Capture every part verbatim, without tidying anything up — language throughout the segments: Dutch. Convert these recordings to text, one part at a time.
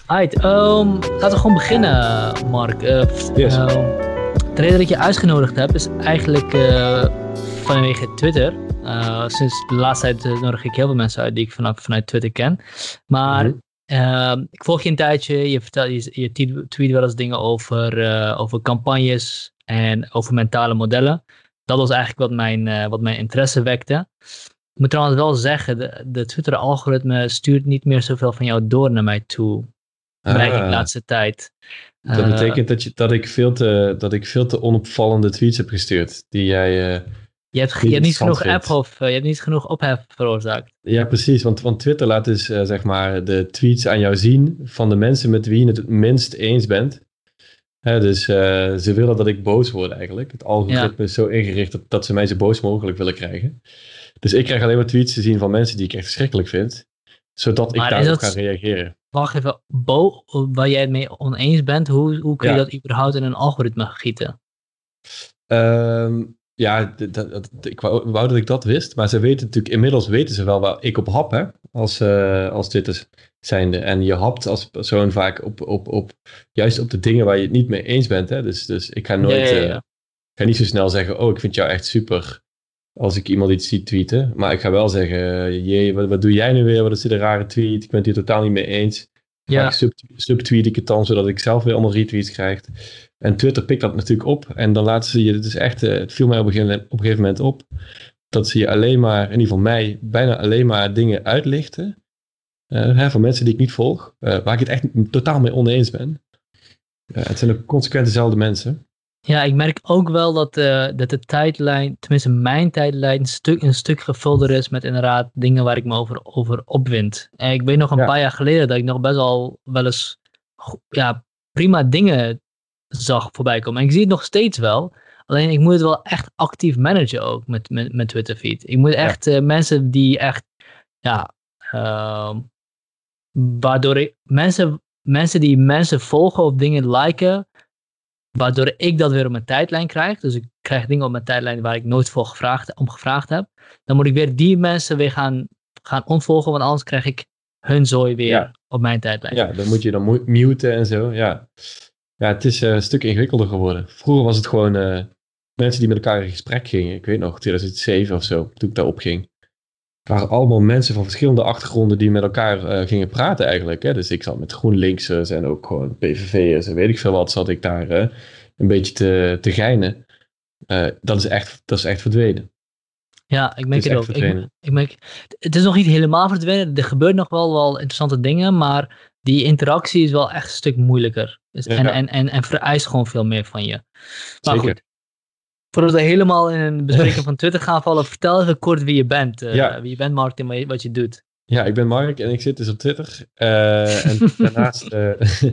Right, um, laten we gewoon beginnen, Mark. Uh, yes. uh, de reden dat ik je uitgenodigd heb is eigenlijk uh, vanwege Twitter. Uh, sinds de laatste tijd uh, nodig ik heel veel mensen uit die ik vanaf, vanuit Twitter ken. Maar mm-hmm. uh, ik volg je een tijdje. Je, vertel, je, je tweet wel eens dingen over, uh, over campagnes en over mentale modellen. Dat was eigenlijk wat mijn, uh, wat mijn interesse wekte. Ik moet trouwens wel zeggen, de, de Twitter-algoritme stuurt niet meer zoveel van jou door naar mij toe. Bereik ik de laatste tijd. Dat uh, betekent dat, je, dat, ik veel te, dat ik veel te onopvallende tweets heb gestuurd. Die jij uh, je, hebt, je hebt niet genoeg ophef, uh, je hebt niet genoeg ophef veroorzaakt. Ja, precies. Want, want Twitter laat dus uh, zeg maar de tweets aan jou zien van de mensen met wie je het het minst eens bent. Hè, dus uh, ze willen dat ik boos word eigenlijk. Het algoritme ja. is zo ingericht dat, dat ze mij zo boos mogelijk willen krijgen. Dus ik krijg alleen maar tweets te zien van mensen die ik echt verschrikkelijk vind. Zodat ik daarop dat... ga reageren. Wacht even, Bo, waar jij het mee oneens bent, hoe, hoe kun je ja. dat überhaupt in een algoritme gieten? Um, ja, d- d- d- ik wou, wou dat ik dat wist, maar ze weten natuurlijk, inmiddels weten ze wel waar ik op hap, hè, als, uh, als Twitter zijnde. En je hapt als persoon vaak op, op, op, juist op de dingen waar je het niet mee eens bent, hè. Dus, dus ik ga nooit, ja, ja, ja. Uh, ik ga niet zo snel zeggen, oh, ik vind jou echt super, als ik iemand iets zie tweeten. Maar ik ga wel zeggen, jee, wat, wat doe jij nu weer? Wat is dit een rare tweet? Ik ben het hier totaal niet mee eens. Ja. Maar ik subtweet ik het dan, zodat ik zelf weer allemaal retweets krijg. En Twitter pikt dat natuurlijk op. En dan laten ze je, het is echt, het viel mij op een gegeven, op een gegeven moment op, dat ze je alleen maar, in ieder geval mij, bijna alleen maar dingen uitlichten. Uh, hè, van mensen die ik niet volg. Uh, waar ik het echt totaal mee oneens ben. Uh, het zijn ook consequent dezelfde mensen. Ja, ik merk ook wel dat, uh, dat de tijdlijn, tenminste mijn tijdlijn, een stuk, een stuk gevulder is met inderdaad dingen waar ik me over, over opwind. En ik weet nog een ja. paar jaar geleden dat ik nog best wel wel eens ja, prima dingen zag voorbij komen. En ik zie het nog steeds wel. Alleen ik moet het wel echt actief managen ook met, met, met Twitter feed. Ik moet echt ja. uh, mensen die echt, ja, uh, waardoor ik, mensen, mensen die mensen volgen of dingen liken, waardoor ik dat weer op mijn tijdlijn krijg. Dus ik krijg dingen op mijn tijdlijn waar ik nooit voor gevraagd, om gevraagd heb. Dan moet ik weer die mensen weer gaan, gaan ontvolgen. Want anders krijg ik hun zooi weer ja. op mijn tijdlijn. Ja, dan moet je dan muten en zo. Ja, ja het is uh, een stuk ingewikkelder geworden. Vroeger was het gewoon uh, mensen die met elkaar in gesprek gingen. Ik weet nog, tweeduizend zeven of zo, toen ik daarop ging. Het waren allemaal mensen van verschillende achtergronden die met elkaar uh, gingen praten eigenlijk. Hè? Dus ik zat met GroenLinksers en ook gewoon P V V'ers en weet ik veel wat, zat ik daar uh, een beetje te, te geinen. Uh, dat, is echt, dat is echt verdwenen. Ja, ik merk het, het ook. Ik, ik merk, het is nog niet helemaal verdwenen. Er gebeurt nog wel, wel interessante dingen, maar die interactie is wel echt een stuk moeilijker. Dus, ja. en, en, en, en vereist gewoon veel meer van je. Maar Zeker. Goed. Voordat we helemaal in een bespreking van Twitter gaan vallen, vertel even kort wie je bent. Uh, ja. Wie je bent, Mark, en wat je doet. Ja, ik ben Mark en ik zit dus op Twitter. Uh, en daarnaast, uh,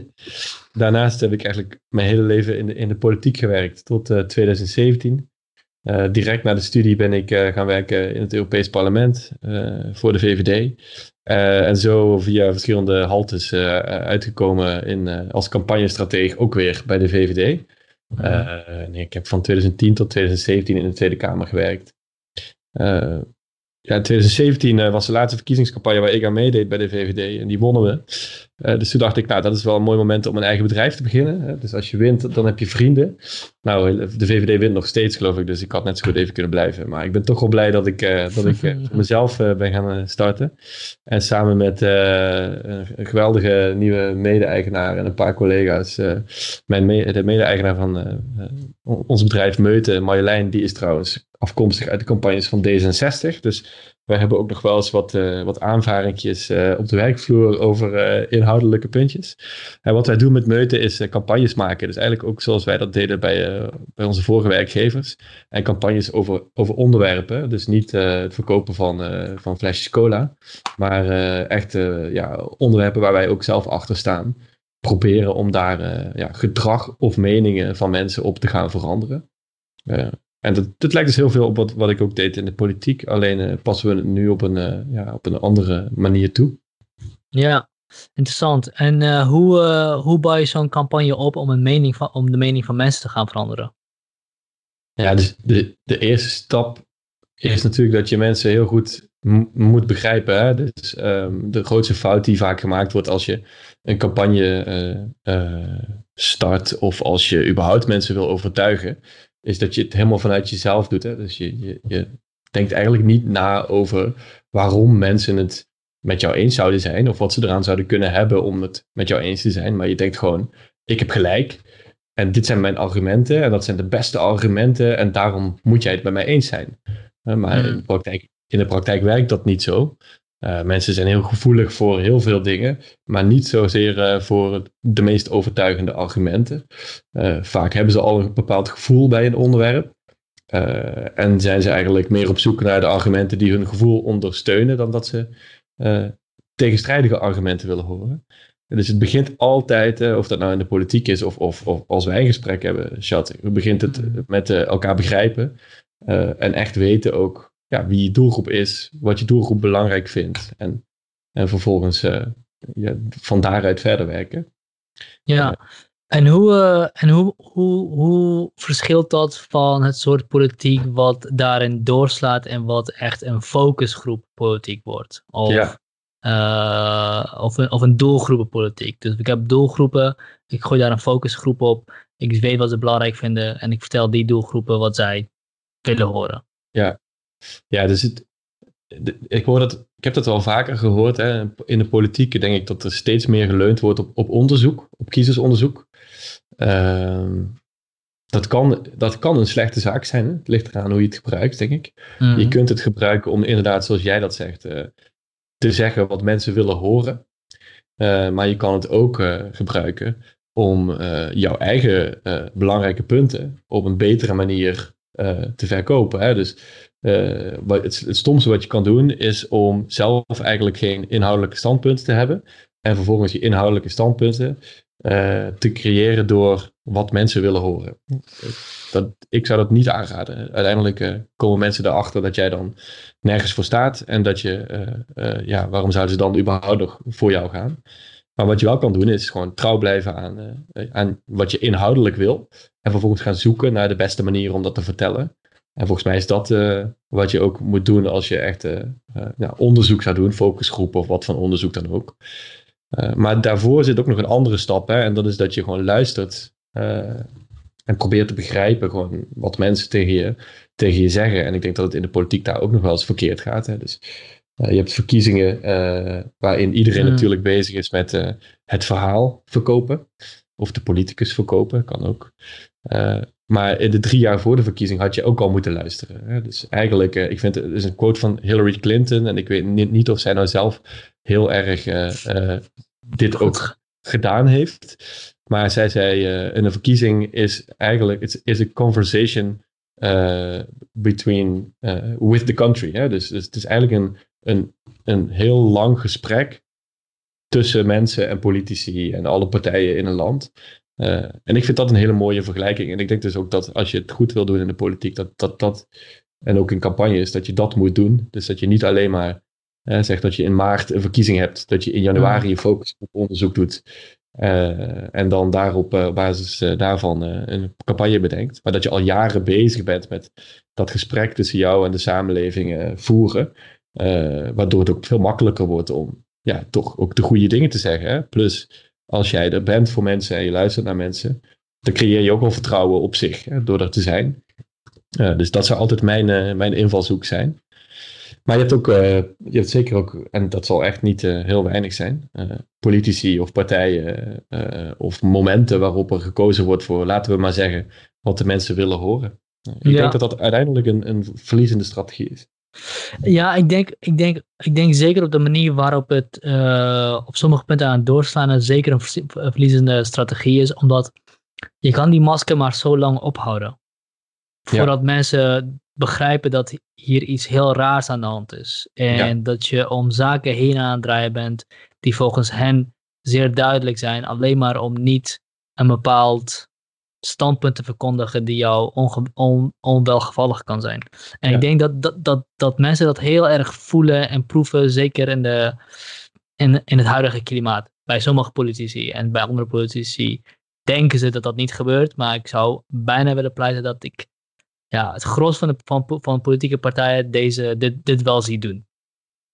daarnaast heb ik eigenlijk mijn hele leven in de, in de politiek gewerkt tot uh, twintig zeventien. Uh, direct na de studie ben ik uh, gaan werken in het Europees Parlement uh, voor de V V D. Uh, en zo via verschillende haltes uh, uitgekomen in, uh, als campagnestratege ook weer bij de V V D. Uh, nee, ik heb van twintig tien tot twintig zeventien in de Tweede Kamer gewerkt. Uh, ja, in twintig zeventien uh, was de laatste verkiezingscampagne waar ik aan meedeed bij de V V D en die wonnen we. Uh, dus toen dacht ik, nou dat is wel een mooi moment om een eigen bedrijf te beginnen. Hè? Dus als je wint, dan heb je vrienden. Nou, de V V D wint nog steeds geloof ik, dus ik had net zo goed even kunnen blijven. Maar ik ben toch wel blij dat ik, uh, dat ik uh, voor mezelf uh, ben gaan starten. En samen met uh, een geweldige nieuwe mede-eigenaar en een paar collega's. Uh, mijn me- de mede-eigenaar van uh, uh, ons bedrijf Meute, Marjolein, die is trouwens afkomstig uit de campagnes van D zesenzestig. Dus wij hebben ook nog wel eens wat, uh, wat aanvaringjes uh, op de werkvloer over uh, inhoudelijke puntjes. En wat wij doen met Meute is uh, campagnes maken. Dus eigenlijk ook zoals wij dat deden bij, uh, bij onze vorige werkgevers. En campagnes over, over onderwerpen. Dus niet uh, het verkopen van, uh, van flesjes cola. Maar uh, echt uh, ja, onderwerpen waar wij ook zelf achter staan. Proberen om daar uh, ja, gedrag of meningen van mensen op te gaan veranderen. Uh, En dat, dat lijkt dus heel veel op wat, wat ik ook deed in de politiek. Alleen uh, passen we het nu op een, uh, ja, op een andere manier toe. Ja, interessant. En uh, hoe, uh, hoe bouw je zo'n campagne op om, een mening van, om de mening van mensen te gaan veranderen? Ja, dus de, de eerste stap is natuurlijk dat je mensen heel goed m- moet begrijpen. Hè? Dus um, de grootste fout die vaak gemaakt wordt als je een campagne uh, uh, start of als je überhaupt mensen wil overtuigen, is dat je het helemaal vanuit jezelf doet. Hè? Dus je, je, je denkt eigenlijk niet na over waarom mensen het met jou eens zouden zijn of wat ze eraan zouden kunnen hebben om het met jou eens te zijn. Maar je denkt gewoon, ik heb gelijk en dit zijn mijn argumenten en dat zijn de beste argumenten en daarom moet jij het met mij eens zijn. Uh, maar Mm. in de praktijk In de praktijk werkt dat niet zo. Uh, mensen zijn heel gevoelig voor heel veel dingen, maar niet zozeer uh, voor de meest overtuigende argumenten. Uh, vaak hebben ze al een bepaald gevoel bij een onderwerp. Uh, en zijn ze eigenlijk meer op zoek naar de argumenten die hun gevoel ondersteunen, dan dat ze uh, tegenstrijdige argumenten willen horen. Dus het begint altijd, uh, of dat nou in de politiek is of, of, of als wij een gesprek hebben, Chat, we begint het met uh, elkaar begrijpen uh, en echt weten ook ja, wie je doelgroep is, wat je doelgroep belangrijk vindt. En, en vervolgens uh, ja, van daaruit verder werken. Ja, uh, en, hoe, uh, en hoe, hoe, hoe verschilt dat van het soort politiek wat daarin doorslaat en wat echt een focusgroep politiek wordt? Of, ja. uh, of, een, of een doelgroepenpolitiek. Dus ik heb doelgroepen, ik gooi daar een focusgroep op, ik weet wat ze belangrijk vinden en ik vertel die doelgroepen wat zij willen horen. Ja. Ja, dus het, de, ik, hoor dat, ik heb dat wel vaker gehoord. Hè. In de politiek denk ik dat er steeds meer geleund wordt op, op onderzoek, op kiezersonderzoek. Uh, dat, kan, dat kan een slechte zaak zijn. Hè. Het ligt eraan hoe je het gebruikt, denk ik. Mm. Je kunt het gebruiken om inderdaad, zoals jij dat zegt, uh, te zeggen wat mensen willen horen. Uh, maar je kan het ook uh, gebruiken om uh, jouw eigen uh, belangrijke punten op een betere manier uh, te verkopen. Hè. Dus Uh, wat, het, het stomste wat je kan doen is om zelf eigenlijk geen inhoudelijke standpunten te hebben en vervolgens je inhoudelijke standpunten uh, te creëren door wat mensen willen horen. Dat, ik zou dat niet aanraden. Uiteindelijk uh, komen mensen erachter dat jij dan nergens voor staat en dat je, uh, uh, ja, waarom zouden ze dan überhaupt nog voor jou gaan? Maar wat je wel kan doen is gewoon trouw blijven aan, uh, aan wat je inhoudelijk wil en vervolgens gaan zoeken naar de beste manier om dat te vertellen. En volgens mij is dat uh, wat je ook moet doen als je echt uh, uh, nou, onderzoek zou doen, focusgroepen of wat van onderzoek dan ook. Uh, maar daarvoor zit ook nog een andere stap, hè, en dat is dat je gewoon luistert uh, en probeert te begrijpen gewoon wat mensen tegen je, tegen je zeggen. En ik denk dat het in de politiek daar ook nog wel eens verkeerd gaat. Hè. Dus uh, je hebt verkiezingen uh, waarin iedereen mm. natuurlijk bezig is met uh, het verhaal verkopen. Of de politicus verkopen, kan ook. Uh, Maar in de drie jaar voor de verkiezing had je ook al moeten luisteren. Hè? Dus eigenlijk, uh, ik vind het is een quote van Hillary Clinton. En ik weet niet, niet of zij nou zelf heel erg uh, uh, dit ook Goed. gedaan heeft. Maar zij zei, uh, in een verkiezing is eigenlijk, it's, is a conversation uh, between, uh, with the country. Hè? Dus, dus het is eigenlijk een, een, een heel lang gesprek tussen mensen en politici en alle partijen in een land. Uh, en ik vind dat een hele mooie vergelijking. En ik denk dus ook dat als je het goed wil doen in de politiek, dat dat, dat en ook in campagnes, dat je dat moet doen. Dus dat je niet alleen maar uh, zegt dat je in maart een verkiezing hebt, dat je in januari je focus op onderzoek doet. Uh, en dan daarop, uh, op basis uh, daarvan uh, een campagne bedenkt. Maar dat je al jaren bezig bent met dat gesprek tussen jou en de samenleving uh, voeren. Uh, waardoor het ook veel makkelijker wordt om ja, toch ook de goede dingen te zeggen. Hè? Plus, als jij er bent voor mensen en je luistert naar mensen, dan creëer je ook wel vertrouwen op zich, hè, door er te zijn. Uh, dus dat zou altijd mijn, uh, mijn invalshoek zijn. Maar je hebt ook, uh, je hebt zeker ook, en dat zal echt niet uh, heel weinig zijn, uh, politici of partijen uh, of momenten waarop er gekozen wordt voor, laten we maar zeggen, wat de mensen willen horen. Uh, ik ja. denk dat dat uiteindelijk een, een verliezende strategie is. Ja, ik denk, ik, denk, ik denk zeker op de manier waarop het uh, op sommige punten aan het doorslaan en zeker een verliezende strategie is, omdat je kan die masker maar zo lang ophouden. Voordat ja. mensen begrijpen dat hier iets heel raars aan de hand is. En ja. dat je om zaken heen aan het draaien bent die volgens hen zeer duidelijk zijn, alleen maar om niet een bepaald standpunt te verkondigen die jou onge- on- onwelgevallig kan zijn. En ja. ik denk dat, dat, dat, dat mensen dat heel erg voelen en proeven, zeker in, de, in, in het huidige klimaat. Bij sommige politici en bij andere politici denken ze dat dat niet gebeurt, maar ik zou bijna willen pleiten dat ik ja, het gros van de van, van politieke partijen deze, dit, dit wel zie doen.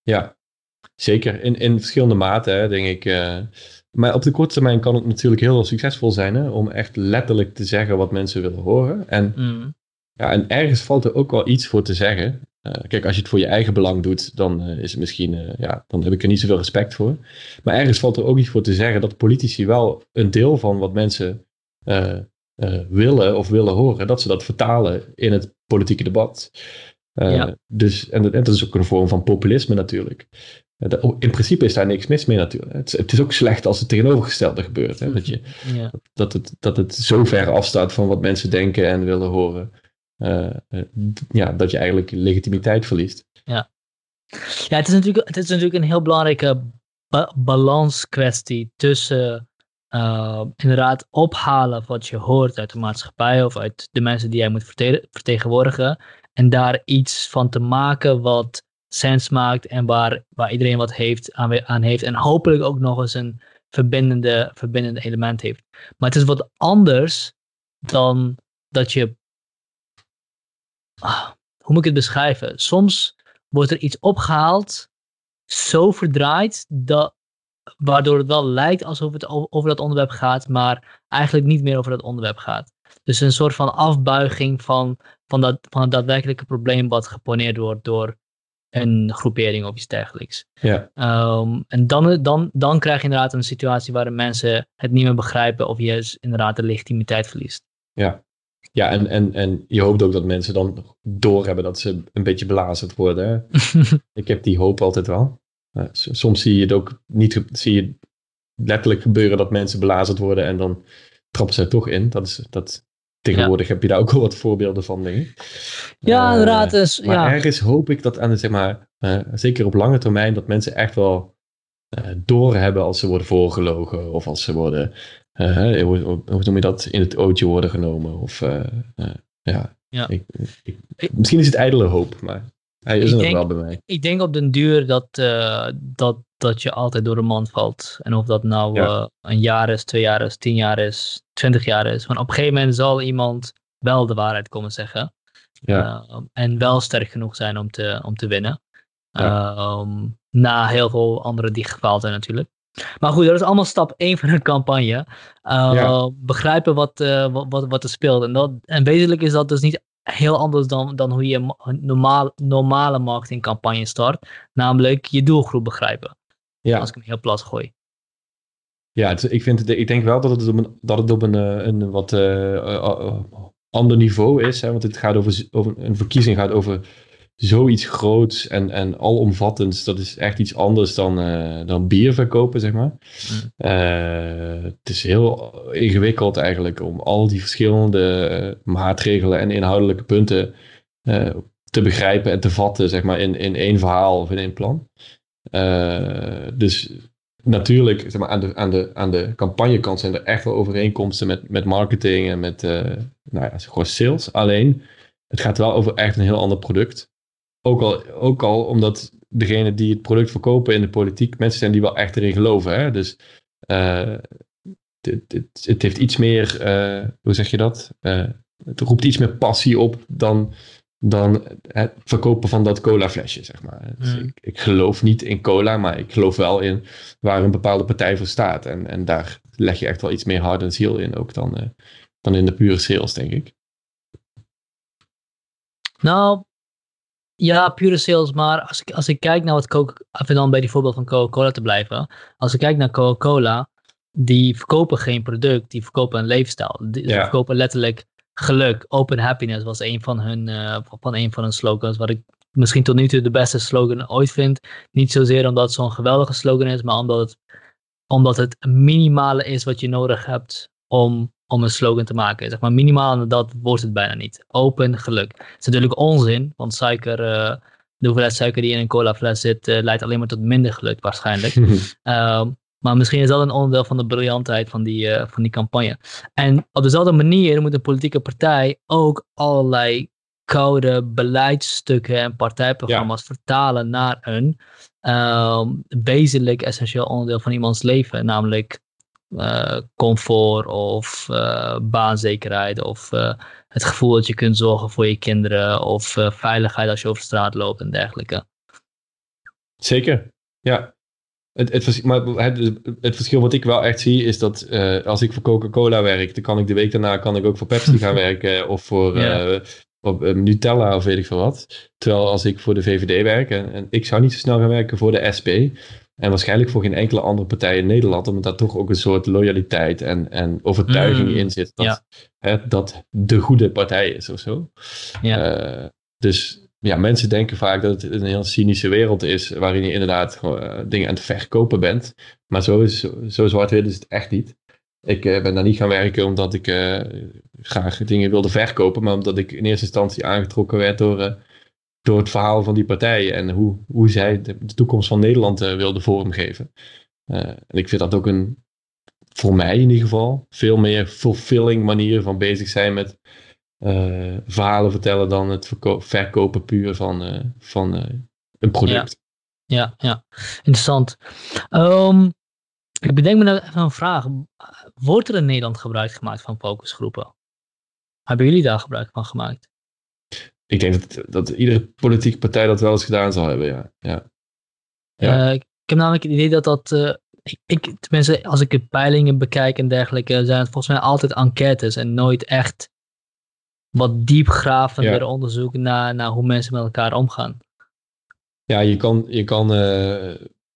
Ja, zeker. In, in verschillende maten, hè, denk ik. Uh, maar op de korte termijn kan het natuurlijk heel succesvol zijn, hè, om echt letterlijk te zeggen wat mensen willen horen. En, Mm. ja, en ergens valt er ook wel iets voor te zeggen. Uh, kijk, als je het voor je eigen belang doet, dan uh, is het misschien, uh, ja, dan heb ik er niet zoveel respect voor. Maar ergens valt er ook iets voor te zeggen dat politici wel een deel van wat mensen uh, uh, willen of willen horen, dat ze dat vertalen in het politieke debat. Uh, ja. Dus, en, en dat is ook een vorm van populisme natuurlijk. Uh, in principe is daar niks mis mee natuurlijk. Het, het is ook slecht als het tegenovergestelde gebeurt. Hè? Dat, je, ja. dat, het, dat het zo ver afstaat van wat mensen denken en willen horen. Uh, uh, ja, dat je eigenlijk legitimiteit verliest. Ja, ja het, is natuurlijk, het is natuurlijk een heel belangrijke ba- balanskwestie tussen uh, inderdaad ophalen wat je hoort uit de maatschappij of uit de mensen die jij moet verte- vertegenwoordigen en daar iets van te maken wat sens maakt en waar, waar iedereen wat heeft, aan, aan heeft en hopelijk ook nog eens een verbindende, verbindende element heeft. Maar het is wat anders dan dat je Ah, hoe moet ik het beschrijven? Soms wordt er iets opgehaald, zo verdraaid, dat, waardoor het wel lijkt alsof het over dat onderwerp gaat, maar eigenlijk niet meer over dat onderwerp gaat. Dus een soort van afbuiging van, van, dat, van het daadwerkelijke probleem wat geponeerd wordt door een groepering of iets dergelijks. Ja. Um, en dan, dan, dan krijg je inderdaad een situatie waarin mensen het niet meer begrijpen of je inderdaad de legitimiteit verliest. Ja. Ja, en, en, en je hoopt ook dat mensen dan doorhebben dat ze een beetje belazerd worden. Hè? Ik heb die hoop altijd wel. Uh, soms zie je het ook niet, zie je letterlijk gebeuren dat mensen belazerd worden en dan trappen ze er toch in. Dat is, dat, tegenwoordig ja. heb je daar ook wel wat voorbeelden van, denk ik. Ja, uh, inderdaad. Dus, maar ja. ergens hoop ik dat aan de, zeg maar, uh, zeker op lange termijn, dat mensen echt wel uh, doorhebben als ze worden voorgelogen of als ze worden... Uh, hoe, hoe noem je dat? In het ootje worden genomen. Of, uh, uh, ja. ja. Ik, ik, misschien is het ijdele hoop, maar hij is ik er nog denk, wel bij mij. Ik denk op den duur dat, uh, dat, dat je altijd door de mand valt. En of dat nou ja. uh, een jaar is, twee jaar is, tien jaar is, twintig jaar is. Want op een gegeven moment zal iemand wel de waarheid komen zeggen. Ja. Uh, en wel sterk genoeg zijn om te, om te winnen. Ja. Um, na heel veel anderen die gefaald zijn natuurlijk. Maar goed, dat is allemaal stap één van een campagne. Uh, ja. Begrijpen wat, uh, wat, wat er speelt. En, dat, en wezenlijk is dat dus niet heel anders dan, dan hoe je normaal, normale marketingcampagne start. Namelijk je doelgroep begrijpen. Ja. Als ik hem heel plat gooi. Ja, het, ik, vind het, ik denk wel dat het op een, dat het op een, een wat uh, uh, ander niveau is. Hè? Want het gaat over, over een verkiezing gaat over... zoiets groots en, en alomvattends, dat is echt iets anders dan, uh, dan bier verkopen, zeg maar. Mm. Uh, het is heel ingewikkeld eigenlijk om al die verschillende uh, maatregelen en inhoudelijke punten uh, te begrijpen en te vatten, zeg maar, in, in één verhaal of in één plan. Uh, dus natuurlijk, zeg maar, aan de, aan de, aan de campagnekant zijn er echt wel overeenkomsten met, met marketing en met uh, nou ja, gewoon sales. Alleen, het gaat wel over echt een heel ander product. Ook al, ook al omdat degene die het product verkopen in de politiek mensen zijn die wel echt erin geloven. Hè? Dus uh, dit, dit, het heeft iets meer, uh, hoe zeg je dat? Uh, het roept iets meer passie op dan, dan het verkopen van dat cola flesje, zeg maar. Dus mm. ik, ik geloof niet in cola, maar ik geloof wel in waar een bepaalde partij voor staat. En, en daar leg je echt wel iets meer hart en ziel in ook dan, uh, dan in de pure sales, denk ik. Nou... Ja, pure sales, maar als ik, als ik kijk naar wat Coca... Even dan bij die voorbeeld van Coca-Cola te blijven. Als ik kijk naar Coca-Cola, die verkopen geen product, die verkopen een leefstijl. Die ja. verkopen letterlijk geluk. Open happiness was een van hun, uh, van een van hun slogans, wat ik misschien tot nu toe de beste slogan ooit vind. Niet zozeer omdat het zo'n geweldige slogan is, maar omdat het, omdat het minimale is wat je nodig hebt om... om een slogan te maken. Zeg maar minimaal en dat wordt het bijna niet. Open geluk. Het is natuurlijk onzin, want suiker, uh, de hoeveelheid suiker die in een cola fles zit, uh, leidt alleen maar tot minder geluk waarschijnlijk. uh, maar misschien is dat een onderdeel van de briljantheid van die, uh, van die campagne. En op dezelfde manier moet een politieke partij ook allerlei koude beleidsstukken en partijprogramma's ja. vertalen naar een uh, wezenlijk essentieel onderdeel van iemands leven, namelijk Uh, comfort of uh, baanzekerheid of uh, het gevoel dat je kunt zorgen voor je kinderen of uh, veiligheid als je over straat loopt en dergelijke. Zeker, ja. Het, het, maar het, het verschil wat ik wel echt zie is dat uh, als ik voor Coca-Cola werk, dan kan ik de week daarna kan ik ook voor Pepsi gaan werken of voor ja. uh, op, uh, Nutella of weet ik veel wat. Terwijl als ik voor de V V D werk en, en ik zou niet zo snel gaan werken voor de S P en waarschijnlijk voor geen enkele andere partij in Nederland, omdat daar toch ook een soort loyaliteit en, en overtuiging mm, in zit dat, ja. hè, dat de goede partij is of zo. Ja. Uh, dus ja, mensen denken vaak dat het een heel cynische wereld is, waarin je inderdaad gewoon, uh, dingen aan het verkopen bent. Maar zo, is, zo zwart-wit is het echt niet. Ik uh, ben daar niet gaan werken omdat ik uh, graag dingen wilde verkopen, maar omdat ik in eerste instantie aangetrokken werd door, uh, door het verhaal van die partij en hoe, hoe zij de, de toekomst van Nederland uh, wilden vormgeven. Uh, en ik vind dat ook een, voor mij in ieder geval, veel meer fulfilling manier van bezig zijn met Uh, verhalen vertellen dan het verko- verkopen puur van, uh, van uh, een product. Ja, ja, ja. Interessant. Um, ik bedenk me nou even een vraag. Wordt er in Nederland gebruik gemaakt van focusgroepen? Hebben jullie daar gebruik van gemaakt? Ik denk dat, dat iedere politieke partij dat wel eens gedaan zal hebben, ja. ja. ja. Uh, ik heb namelijk het idee dat dat... Uh, ik, ik, tenminste, als ik de peilingen bekijk en dergelijke, zijn het volgens mij altijd enquêtes en nooit echt wat diepgravender ja. onderzoek naar, naar hoe mensen met elkaar omgaan. Ja, je kan, je kan uh,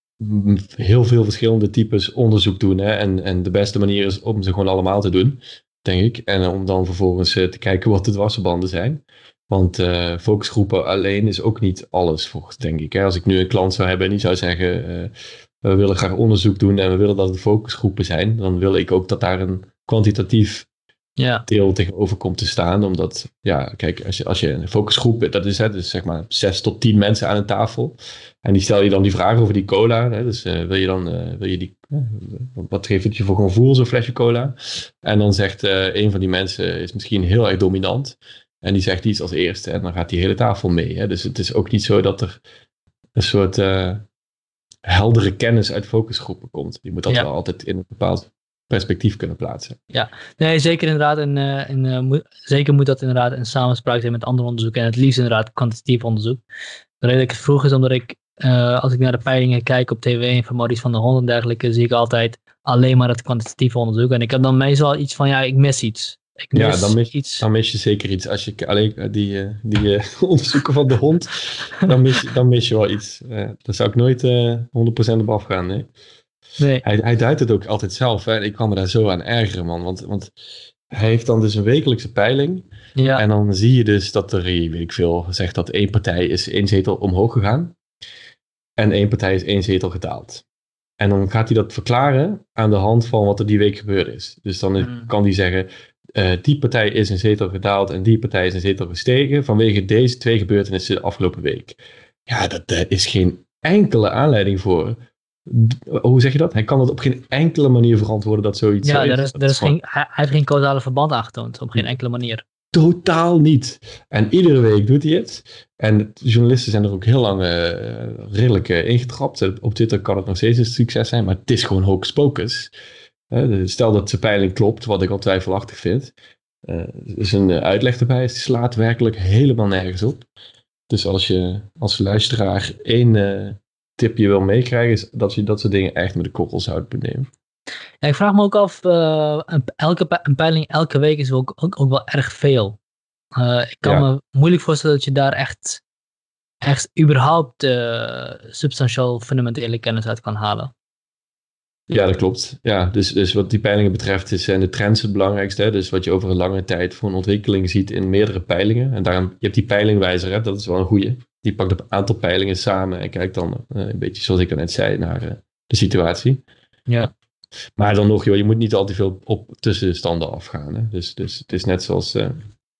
heel veel verschillende types onderzoek doen. Hè? En, en de beste manier is om ze gewoon allemaal te doen, denk ik. En om dan vervolgens uh, te kijken wat de dwarsverbanden zijn. Want uh, focusgroepen alleen is ook niet alles, volgens, denk ik. Hè? Als ik nu een klant zou hebben en die zou zeggen, uh, we willen graag onderzoek doen en we willen dat het focusgroepen zijn, dan wil ik ook dat daar een kwantitatief ja. deel tegenover komt te staan. Omdat, ja, kijk, als je, als je een focusgroep, dat is, hè, dus zeg maar zes tot tien mensen aan een tafel. En die stel je dan die vraag over die cola. Hè, dus uh, wil je dan, uh, wil je die, uh, wat geeft het je voor gevoel, zo'n flesje cola? En dan zegt uh, een van die mensen, is misschien heel erg dominant. En die zegt iets als eerste. En dan gaat die hele tafel mee. Hè. Dus het is ook niet zo dat er een soort uh, heldere kennis uit focusgroepen komt. Je moet dat ja. wel altijd in een bepaald perspectief kunnen plaatsen. Ja, nee, zeker inderdaad. En, uh, en, uh, moet, zeker moet dat inderdaad in samenspraak zijn met ander onderzoek. En het liefst inderdaad kwantitatief onderzoek. De reden dat ik het vroeg is omdat ik, uh, als ik naar de peilingen kijk op tv en van Maurice van der Hond en dergelijke, zie ik altijd alleen maar het kwantitatieve onderzoek. En ik heb dan meestal iets van, ja, ik mis iets. Ik mis ja, dan mis, iets. dan mis je zeker iets. Als je alleen die, uh, die uh, onderzoeken van de hond, dan mis je, dan mis je wel iets. Uh, daar zou ik nooit uh, honderd procent op afgaan, nee. Nee. Hij, hij duidt het ook altijd zelf. Hè? Ik kwam me daar zo aan ergeren, man. Want, want hij heeft dan dus een wekelijkse peiling. Ja. En dan zie je dus dat er, weet ik veel, zegt dat één partij is één zetel omhoog gegaan. En één partij is één zetel gedaald. En dan gaat hij dat verklaren aan de hand van wat er die week gebeurd is. Dus dan is, mm. kan hij zeggen, uh, die partij is een zetel gedaald en die partij is een zetel gestegen vanwege deze twee gebeurtenissen de afgelopen week. Ja, dat, daar is geen enkele aanleiding voor. Hoe zeg je dat? Hij kan dat op geen enkele manier verantwoorden dat zoiets ja, is. Ja, is, is, is geen, hij heeft geen causale verband aangetoond. Op geen enkele manier. Totaal niet. En iedere week doet hij het. En journalisten zijn er ook heel lang uh, redelijk uh, ingetrapt. Op Twitter kan het nog steeds een succes zijn, maar het is gewoon hocus pocus. Uh, stel dat zijn peiling klopt, wat ik al twijfelachtig vind. Uh, dus een uh, uitleg erbij. Het slaat werkelijk helemaal nergens op. Dus als je als luisteraar één uh, tipje wil meekrijgen, is dat je dat soort dingen echt met de korrels houdt benemen. Ja, ik vraag me ook af, uh, een, elke, een peiling elke week is ook, ook, ook wel erg veel. Uh, ik kan ja. me moeilijk voorstellen dat je daar echt, echt überhaupt uh, substantieel fundamentele kennis uit kan halen. Ja, dat klopt. Ja, dus, dus wat die peilingen betreft is, zijn de trends het belangrijkste. Hè? Dus wat je over een lange tijd voor een ontwikkeling ziet in meerdere peilingen. En daarom, je hebt die peilingwijzer, hè? Dat is wel een goeie. Die pakt een aantal peilingen samen en kijkt dan uh, een beetje zoals ik al net zei naar uh, de situatie. Ja. Maar dan nog, joh, je moet niet al te veel op tussenstanden afgaan. Hè? Dus, dus het is net zoals, uh,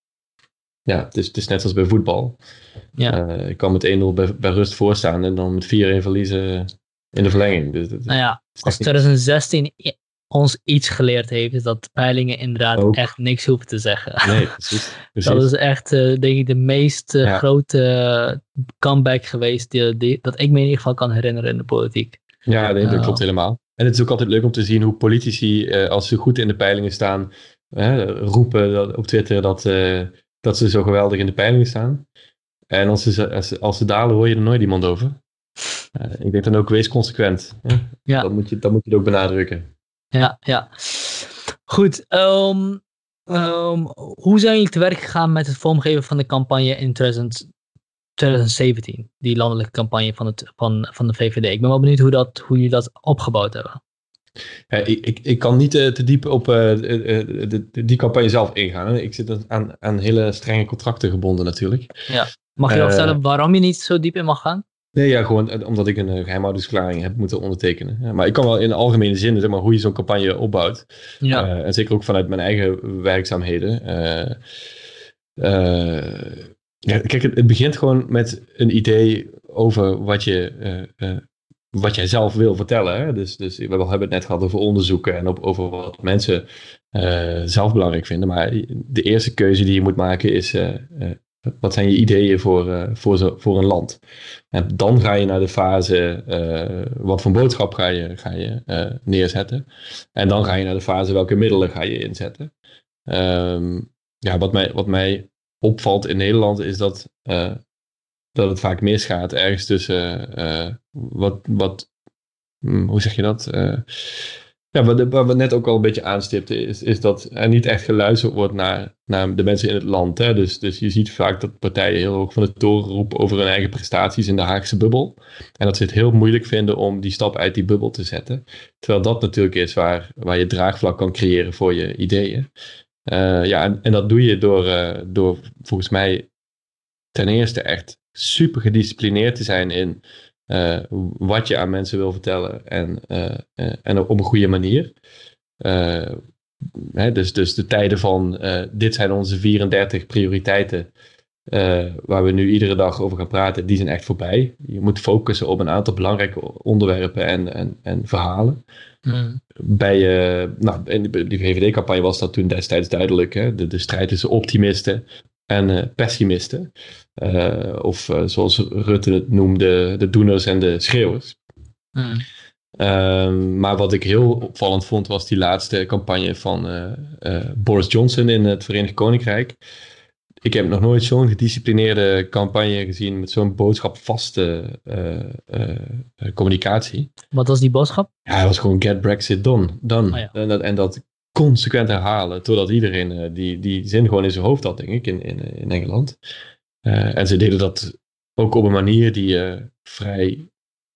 ja, het is, het is net zoals bij voetbal. Ja. Uh, ik kan met één nul bij, bij rust voorstaan en dan met vier een verliezen in de verlenging. Dus, dat, nou ja, als twintig zestien ons iets geleerd heeft, is dat peilingen inderdaad ook echt niks hoeven te zeggen. Nee, precies. precies. Dat is echt, uh, denk ik, de meest uh, ja. grote uh, comeback geweest die, die, dat ik me in ieder geval kan herinneren in de politiek. Ja, nee, dat uh, klopt helemaal. En het is ook altijd leuk om te zien hoe politici, uh, als ze goed in de peilingen staan, uh, roepen dat, op Twitter dat, uh, dat ze zo geweldig in de peilingen staan. En als ze, als, ze, als ze dalen, hoor je er nooit iemand over. Uh, ik denk dan ook, wees consequent. Hè? Ja. Dat moet je, dat moet je ook benadrukken. Ja, ja. Goed. Um, um, hoe zijn jullie te werk gegaan met het vormgeven van de campagne in twintig zeventien? Die landelijke campagne van, het, van, van de V V D. Ik ben wel benieuwd hoe, dat, hoe jullie dat opgebouwd hebben. Ja, ik, ik, ik kan niet uh, te diep op uh, de, de, de, die campagne zelf ingaan. Hè. Ik zit aan, aan hele strenge contracten gebonden natuurlijk. Ja. Mag je uh, wel vertellen waarom je niet zo diep in mag gaan? Nee, ja, gewoon omdat ik een uh, geheimhoudingsverklaring heb moeten ondertekenen. Ja, maar ik kan wel in de algemene zin, zeg maar, hoe je zo'n campagne opbouwt. Ja. Uh, en zeker ook vanuit mijn eigen werkzaamheden. Uh, uh, ja, kijk, het, het begint gewoon met een idee over wat je... Uh, uh, wat jij zelf wil vertellen. Hè? Dus, dus we hebben het net gehad over onderzoeken en op, over wat mensen uh, zelf belangrijk vinden. Maar de eerste keuze die je moet maken is, uh, uh, wat zijn je ideeën voor, uh, voor, zo, voor een land? En dan ga je naar de fase, uh, wat voor boodschap ga je, ga je uh, neerzetten? En dan ga je naar de fase, welke middelen ga je inzetten? Um, ja, wat mij, wat mij opvalt in Nederland is dat... Uh, dat het vaak misgaat ergens tussen uh, wat, wat, hoe zeg je dat? Uh, ja, wat, wat we net ook al een beetje aanstipten, is, is dat er niet echt geluisterd wordt naar, naar de mensen in het land. Hè? Dus, dus je ziet vaak dat partijen heel hoog van de toren roepen over hun eigen prestaties in de Haagse bubbel. En dat ze het heel moeilijk vinden om die stap uit die bubbel te zetten. Terwijl dat natuurlijk is waar, waar je draagvlak kan creëren voor je ideeën. Uh, ja, en, en dat doe je door, uh, door volgens mij ten eerste echt super gedisciplineerd te zijn in uh, wat je aan mensen wil vertellen en, uh, uh, en op een goede manier. Uh, hè, dus, dus de tijden van uh, dit zijn onze vierendertig prioriteiten uh, waar we nu iedere dag over gaan praten, die zijn echt voorbij. Je moet focussen op een aantal belangrijke onderwerpen en, en, en verhalen. Mm. Bij uh, nou, in die V V D-campagne was dat toen destijds duidelijk. Hè? De, de strijd tussen optimisten en uh, pessimisten. Uh, of uh, zoals Rutte het noemde, de doeners en de schreeuwers. Mm. Uh, maar wat ik heel opvallend vond, was die laatste campagne van uh, uh, Boris Johnson in het Verenigd Koninkrijk. Ik heb nog nooit zo'n gedisciplineerde campagne gezien met zo'n boodschapvaste uh, uh, uh, communicatie. Wat was die boodschap? Ja, het was gewoon get Brexit done. done. Oh ja. en, dat, en dat consequent herhalen, totdat iedereen uh, die, die zin gewoon in zijn hoofd had, denk ik, in, in, in Engeland. Uh, en ze deden dat ook op een manier die uh, vrij,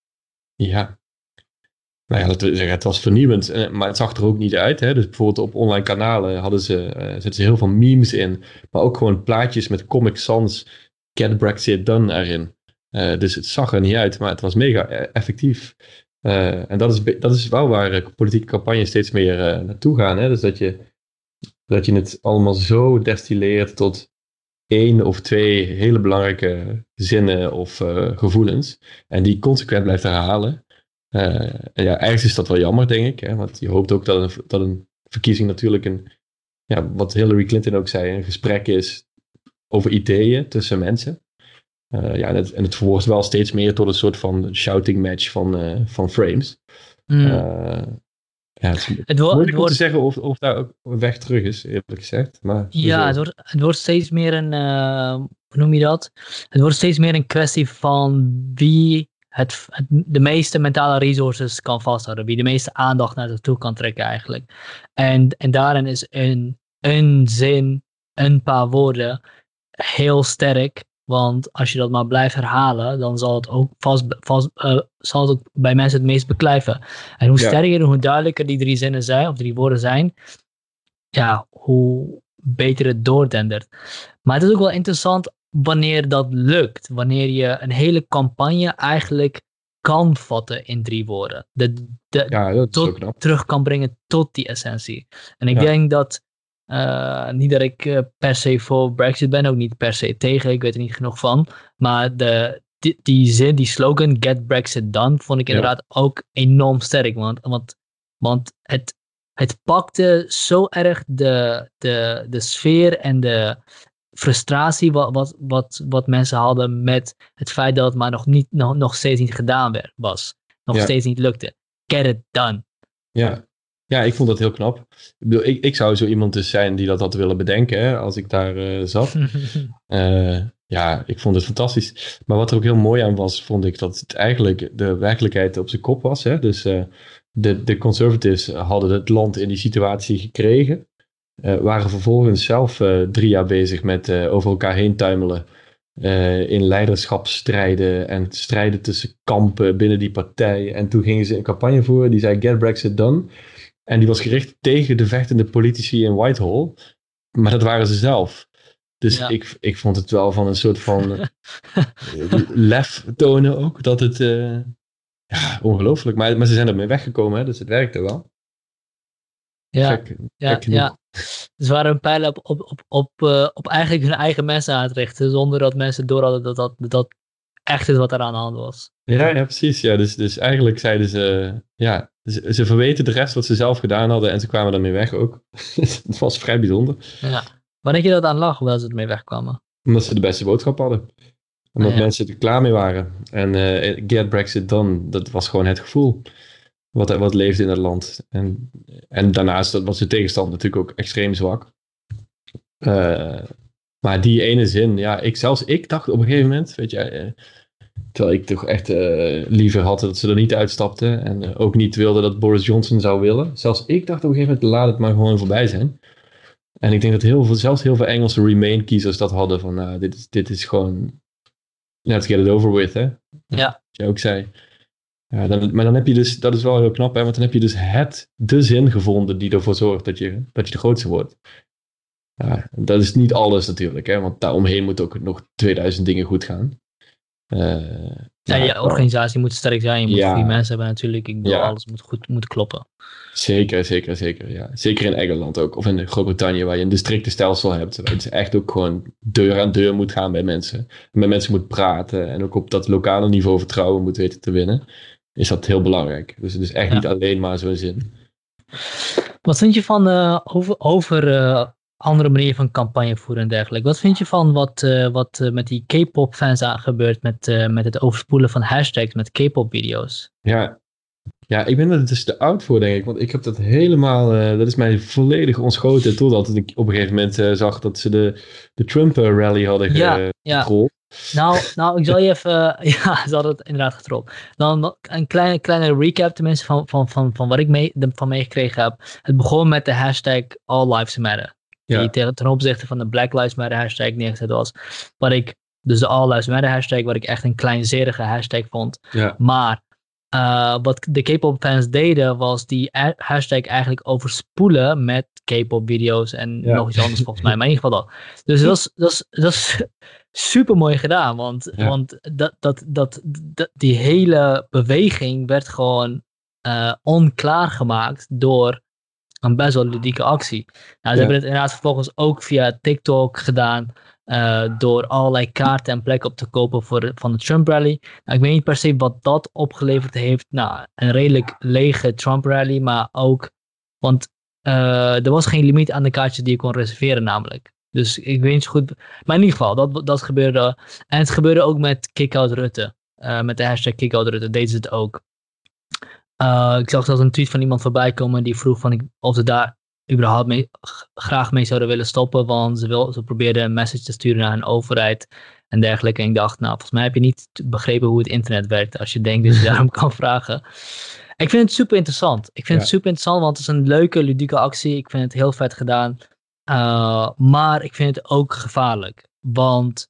ja, nou ja, dat, het was vernieuwend, maar het zag er ook niet uit. Hè? Dus bijvoorbeeld op online kanalen hadden ze, uh, zetten ze heel veel memes in, maar ook gewoon plaatjes met Comic Sans, get Brexit done erin. Uh, dus het zag er niet uit, maar het was mega effectief. Uh, en dat is, dat is wel waar uh, politieke campagnes steeds meer uh, naartoe gaan. Hè? Dus dat je, dat je het allemaal zo destilleert tot één of twee hele belangrijke zinnen of uh, gevoelens. En die consequent blijft herhalen. Uh, en ja, ergens is dat wel jammer, denk ik. Hè? Want je hoopt ook dat een, dat een verkiezing natuurlijk een, ja, wat Hillary Clinton ook zei, een gesprek is over ideeën tussen mensen. Uh, ja, en het, en het verwoordt wel steeds meer tot een soort van shouting match van, uh, van frames. Mm. Uh, ja, het is het wo- moeilijk het wordt... om te zeggen of, of daar ook een weg terug is, eerlijk gezegd. Maar ja, het wordt, het wordt steeds meer een, uh, hoe noem je dat? Het wordt steeds meer een kwestie van wie het, het, de meeste mentale resources kan vasthouden. Wie de meeste aandacht naar zich toe kan trekken eigenlijk. En, en daarin is een, een zin, een paar woorden heel sterk. Want als je dat maar blijft herhalen, dan zal het ook vast, vast uh, zal het ook bij mensen het meest beklijven. En hoe sterker en ja. hoe duidelijker die drie zinnen zijn, of drie woorden zijn, ja, hoe beter het doordendert. Maar het is ook wel interessant wanneer dat lukt. Wanneer je een hele campagne eigenlijk kan vatten in drie woorden. De, de, ja, dat is tot, zo knap. Terug kan brengen tot die essentie. En ik ja. denk dat Uh, niet dat ik uh, per se voor Brexit ben, ook niet per se tegen, ik weet er niet genoeg van. Maar de, die, die zin, die slogan, get Brexit done, vond ik inderdaad ja. ook enorm sterk. Want, want, want het, het pakte zo erg de, de, de sfeer en de frustratie wat, wat, wat, wat mensen hadden met het feit dat het maar nog, niet, nog, nog steeds niet gedaan werd, was. Nog ja. steeds niet lukte. Get it done. Ja. Ja, ik vond dat heel knap. Ik bedoel, ik, ik zou zo iemand dus zijn die dat had willen bedenken, hè, als ik daar uh, zat. uh, ja, ik vond het fantastisch. Maar wat er ook heel mooi aan was, vond ik dat het eigenlijk de werkelijkheid op zijn kop was. Hè? Dus uh, de, de conservatives hadden het land in die situatie gekregen. Uh, waren vervolgens zelf uh, drie jaar bezig met uh, over elkaar heen tuimelen. Uh, in leiderschapsstrijden en strijden tussen kampen binnen die partij. En toen gingen ze een campagne voeren die zei Get Brexit Done. En die was gericht tegen de vechtende politici in Whitehall. Maar dat waren ze zelf. Dus ja. ik, ik vond het wel van een soort van uh, lef tonen ook. Dat het, uh, ja, ongelooflijk. Maar, maar ze zijn ermee weggekomen, hè, dus het werkte wel. Ja, gek, ja, gek ja. Ze waren een pijl op, op, op, op, uh, op eigenlijk hun eigen mensen aan het richten. Zonder dat mensen door hadden dat dat, dat echt is wat er aan de hand was. Ja, ja precies. Ja. Dus, dus eigenlijk zeiden ze, ja, ze, ze verweten de rest wat ze zelf gedaan hadden. En ze kwamen daarmee weg ook. Het was vrij bijzonder. Ja. Waar denk je dat aan lag, hoewel ze ermee wegkwamen? Omdat ze de beste boodschap hadden. Omdat ah, ja. mensen er klaar mee waren. En uh, Get Brexit Done, dat was gewoon het gevoel. Wat, wat leefde in het land. En, en daarnaast was de tegenstand natuurlijk ook extreem zwak. Uh, maar die ene zin, ja, ik, zelfs ik dacht op een gegeven moment, weet je, uh, terwijl ik toch echt uh, liever had dat ze er niet uitstapten. En uh, ook niet wilde dat Boris Johnson zou willen. Zelfs ik dacht op een gegeven moment, laat het maar gewoon voorbij zijn. En ik denk dat heel veel, zelfs heel veel Engelse Remain-kiezers dat hadden van, uh, dit, is, dit is gewoon, let's get it over with, hè. Ja. Wat je ook zei. Ja, dan, maar dan heb je dus, dat is wel heel knap, hè, want dan heb je dus het, de zin gevonden die ervoor zorgt dat je, dat je de grootste wordt. Ja, dat is niet alles natuurlijk, hè, want daaromheen moet ook nog tweeduizend dingen goed gaan. Uh, ja, je organisatie moet sterk zijn, je moet ja, goede mensen hebben natuurlijk, ik bedoel, ja. alles moet goed moet kloppen. Zeker, zeker, zeker, ja. Zeker in Engeland ook, of in Groot-Brittannië, waar je een districtenstelsel hebt, waar je dus echt ook gewoon deur aan deur moet gaan bij mensen. En met mensen moet praten en ook op dat lokale niveau vertrouwen moet weten te winnen. Is dat heel belangrijk. Dus het is echt ja. niet alleen maar zo'n zin. Wat vind je van uh, over, over uh, andere manieren van campagne voeren en dergelijke? Wat vind je van wat, uh, wat uh, met die K-pop fans aan gebeurt met, uh, met het overspoelen van hashtags met K-pop video's? Ja. ja, ik ben er dus te oud voor, denk ik. Want ik heb dat helemaal, uh, dat is mij volledig ontschoten. Totdat ik op een gegeven moment uh, zag dat ze de, de Trump rally hadden getrold. Ja, ja. Nou, nou, ik zal je even... Uh, ja, ze hadden het inderdaad getrold. Dan een kleine, kleine recap tenminste van, van, van, van wat ik mee, van meegekregen heb. Het begon met de hashtag All Lives Matter. Ja. Die ten, ten opzichte van de Black Lives Matter hashtag neergezet was. Wat ik, dus de All Lives Matter hashtag, wat ik echt een kleinzerige hashtag vond. Ja. Maar uh, wat de K-pop fans deden, was die a- hashtag eigenlijk overspoelen met K-pop video's en ja. nog iets anders volgens mij. Maar in ieder geval dat. Dus dat is... Dat is, dat is super mooi gedaan, want, ja. want dat, dat, dat, dat, die hele beweging werd gewoon uh, onklaar gemaakt door een best wel ludieke actie. Nou, ze ja. hebben het inderdaad vervolgens ook via TikTok gedaan, uh, door allerlei kaarten en plekken op te kopen voor, van de Trump rally. Nou, ik weet niet per se wat dat opgeleverd heeft. Nou, een redelijk lege Trump rally, maar ook, want uh, er was geen limiet aan de kaartjes die je kon reserveren namelijk. Dus ik weet niet zo goed. Maar in ieder geval, dat, dat gebeurde. En het gebeurde ook met Kick-Out Rutte. Uh, met de hashtag Kick-Out Rutte deden ze het ook. Uh, ik zag zelfs een tweet van iemand voorbij komen die vroeg van ik, of ze daar überhaupt mee, g- graag mee zouden willen stoppen. Want ze, wil, ze probeerden een message te sturen naar een overheid en dergelijke. En ik dacht, nou, volgens mij heb je niet begrepen hoe het internet werkt. Als je denkt dat je daarom kan vragen. Ik vind het super interessant. Ik vind ja. het super interessant, want het is een leuke, ludieke actie. Ik vind het heel vet gedaan. Uh, maar ik vind het ook gevaarlijk. Want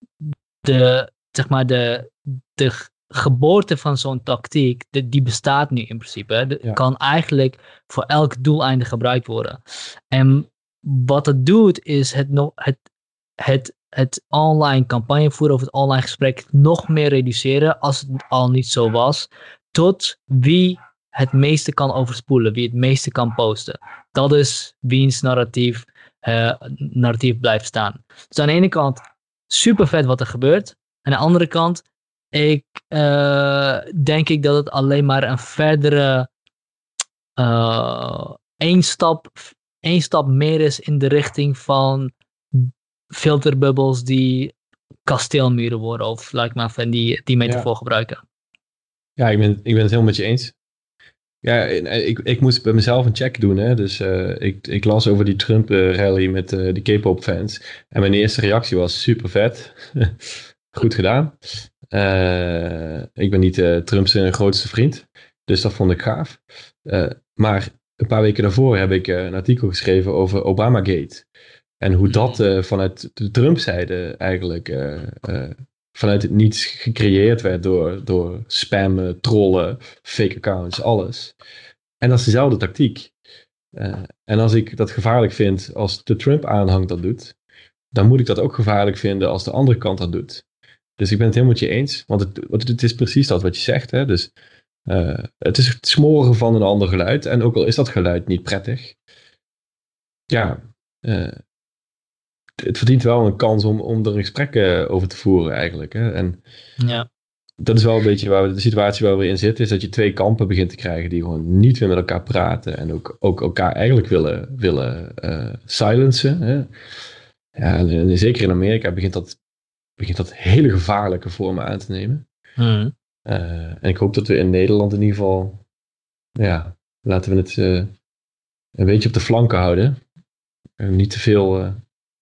de, zeg maar de, de geboorte van zo'n tactiek, de, die bestaat nu in principe. De, ja. kan eigenlijk voor elk doeleinde gebruikt worden. En wat het doet, is het, no, het, het, het online campagne voeren of het online gesprek nog meer reduceren, als het al niet zo was, tot wie het meeste kan overspoelen, wie het meeste kan posten. Dat is wiens narratief Uh, narratief blijft staan. Dus aan de ene kant super vet wat er gebeurt. Aan de andere kant ik, uh, denk ik dat het alleen maar een verdere uh, één stap, één stap meer is in de richting van filterbubbels die kasteelmuren worden of laat ik maar van die, die metafoor ja. gebruiken. Ja, ik ben, ik ben het helemaal met je eens. Ja, ik, ik moest bij mezelf een check doen. Hè? Dus uh, ik, ik las over die Trump-rally met uh, de K-pop fans. En mijn eerste reactie was super vet. Goed gedaan. Uh, ik ben niet uh, Trump's grootste vriend. Dus dat vond ik gaaf. Uh, maar een paar weken daarvoor heb ik uh, een artikel geschreven over Obamagate. En hoe dat uh, vanuit de Trump-zijde eigenlijk uh, uh, vanuit het niets gecreëerd werd door, door spammen, trollen, fake accounts, alles. En dat is dezelfde tactiek. Uh, en als ik dat gevaarlijk vind als de Trump-aanhang dat doet, dan moet ik dat ook gevaarlijk vinden als de andere kant dat doet. Dus ik ben het helemaal met je eens, want het, want het is precies dat wat je zegt. Hè? Dus uh, het is het smoren van een ander geluid. En ook al is dat geluid niet prettig, ja, uh, het verdient wel een kans om, om er een gesprek uh, over te voeren eigenlijk. Hè? En ja. dat is wel een beetje waar we, de situatie waar we in zitten, is dat je twee kampen begint te krijgen die gewoon niet meer met elkaar praten en ook, ook elkaar eigenlijk willen, willen uh, silencen. Hè? Ja, en zeker in Amerika begint dat, begint dat hele gevaarlijke vormen aan te nemen. Mm. Uh, en ik hoop dat we in Nederland in ieder geval, ja, laten we het uh, een beetje op de flanken houden. En niet te veel... Uh,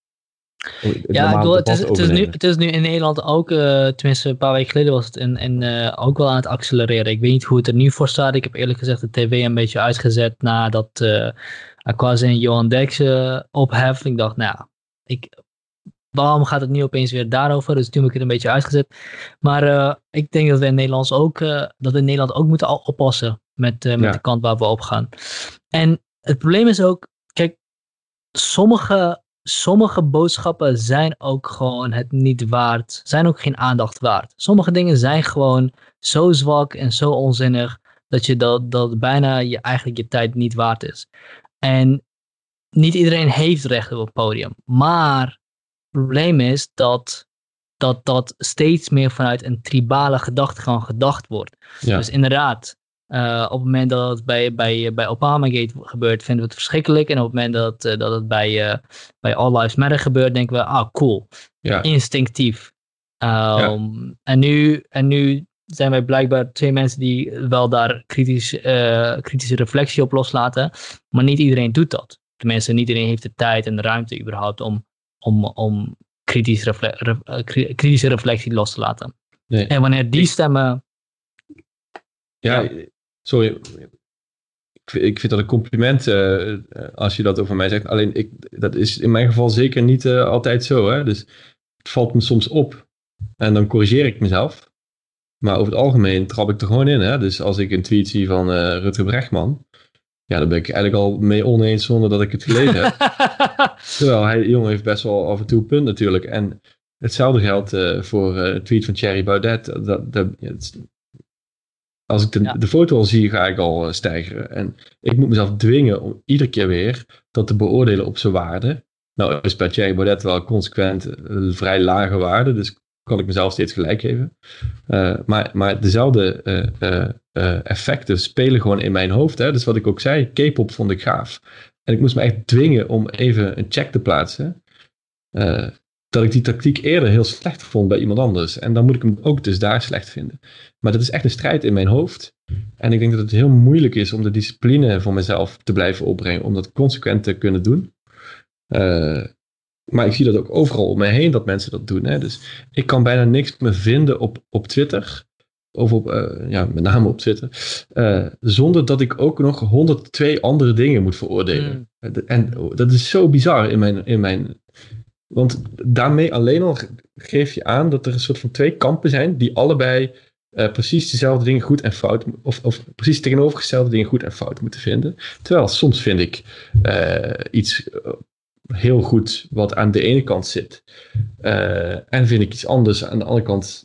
Ja, ik bedoel, het, is, het, is nu, het is nu in Nederland ook, uh, tenminste een paar weken geleden was het in, in, uh, ook wel aan het accelereren. Ik weet niet hoe het er nu voor staat. Ik heb eerlijk gezegd de tv een beetje uitgezet nadat uh, Aquasi en Johan Derks uh, ophef. Ik dacht, nou ja, ik, waarom gaat het nu opeens weer daarover? Dus toen heb ik het een beetje uitgezet. Maar uh, ik denk dat we in Nederland ook, uh, dat we in Nederland ook moeten oppassen met, uh, met ja. de kant waar we op gaan. En het probleem is ook, kijk, sommige... Sommige boodschappen zijn ook gewoon het niet waard, zijn ook geen aandacht waard. Sommige dingen zijn gewoon zo zwak en zo onzinnig dat je dat, dat bijna je, eigenlijk je tijd niet waard is. En niet iedereen heeft recht op het podium. Maar het probleem is dat dat, dat steeds meer vanuit een tribale gedachtegang gedacht wordt. Ja. Dus inderdaad, Uh, op het moment dat het bij, bij, bij Obamagate gebeurt, vinden we het verschrikkelijk. En op het moment dat, uh, dat het bij, uh, bij All Lives Matter gebeurt, denken we, ah, cool. Ja. Instinctief. Um, ja. en, nu, en nu zijn wij blijkbaar twee mensen die wel daar kritisch, uh, kritische reflectie op loslaten. Maar niet iedereen doet dat. Tenminste, niet iedereen heeft de tijd en de ruimte überhaupt om, om, om kritisch refle- re- kritische reflectie los te laten. Nee. En wanneer die stemmen... Ja, ja. Sorry, ik, ik vind dat een compliment uh, als je dat over mij zegt. Alleen, ik, dat is in mijn geval zeker niet uh, altijd zo. Hè? Dus het valt me soms op en dan corrigeer ik mezelf. Maar over het algemeen trap ik er gewoon in. Hè? Dus als ik een tweet zie van uh, Rutger Bregman, ja, dan ben ik eigenlijk al mee oneens zonder dat ik het gelezen heb. Terwijl hij, jongen, heeft best wel af en toe een punt natuurlijk. En hetzelfde geldt uh, voor uh, een tweet van Thierry Baudet. Dat, dat, het, Als ik de, ja. de foto al zie, ga ik al uh, stijgeren. En ik moet mezelf dwingen om iedere keer weer dat te beoordelen op zijn waarde. Nou is bij Thierry Baudet wel consequent uh, vrij lage waarde. Dus kan ik mezelf steeds gelijk geven. Uh, maar, maar dezelfde uh, uh, uh, effecten spelen gewoon in mijn hoofd. Hè? Dus wat ik ook zei, K-pop vond ik gaaf. En ik moest me echt dwingen om even een check te plaatsen. Uh, dat ik die tactiek eerder heel slecht vond bij iemand anders. En dan moet ik hem ook dus daar slecht vinden. Maar dat is echt een strijd in mijn hoofd. En ik denk dat het heel moeilijk is om de discipline voor mezelf te blijven opbrengen. Om dat consequent te kunnen doen. Uh, maar ik zie dat ook overal om me heen dat mensen dat doen. Hè? Dus ik kan bijna niks meer vinden op, op Twitter. Of op, uh, ja, met name op Twitter. Uh, zonder dat ik ook nog honderdtwee andere dingen moet veroordelen. Mm. En dat is zo bizar in mijn... In mijn Want daarmee alleen al geef je aan dat er een soort van twee kampen zijn die allebei uh, precies dezelfde dingen goed en fout, of, of precies tegenovergestelde dingen goed en fout moeten vinden. Terwijl soms vind ik uh, iets heel goed wat aan de ene kant zit. Uh, en vind ik iets anders aan de andere kant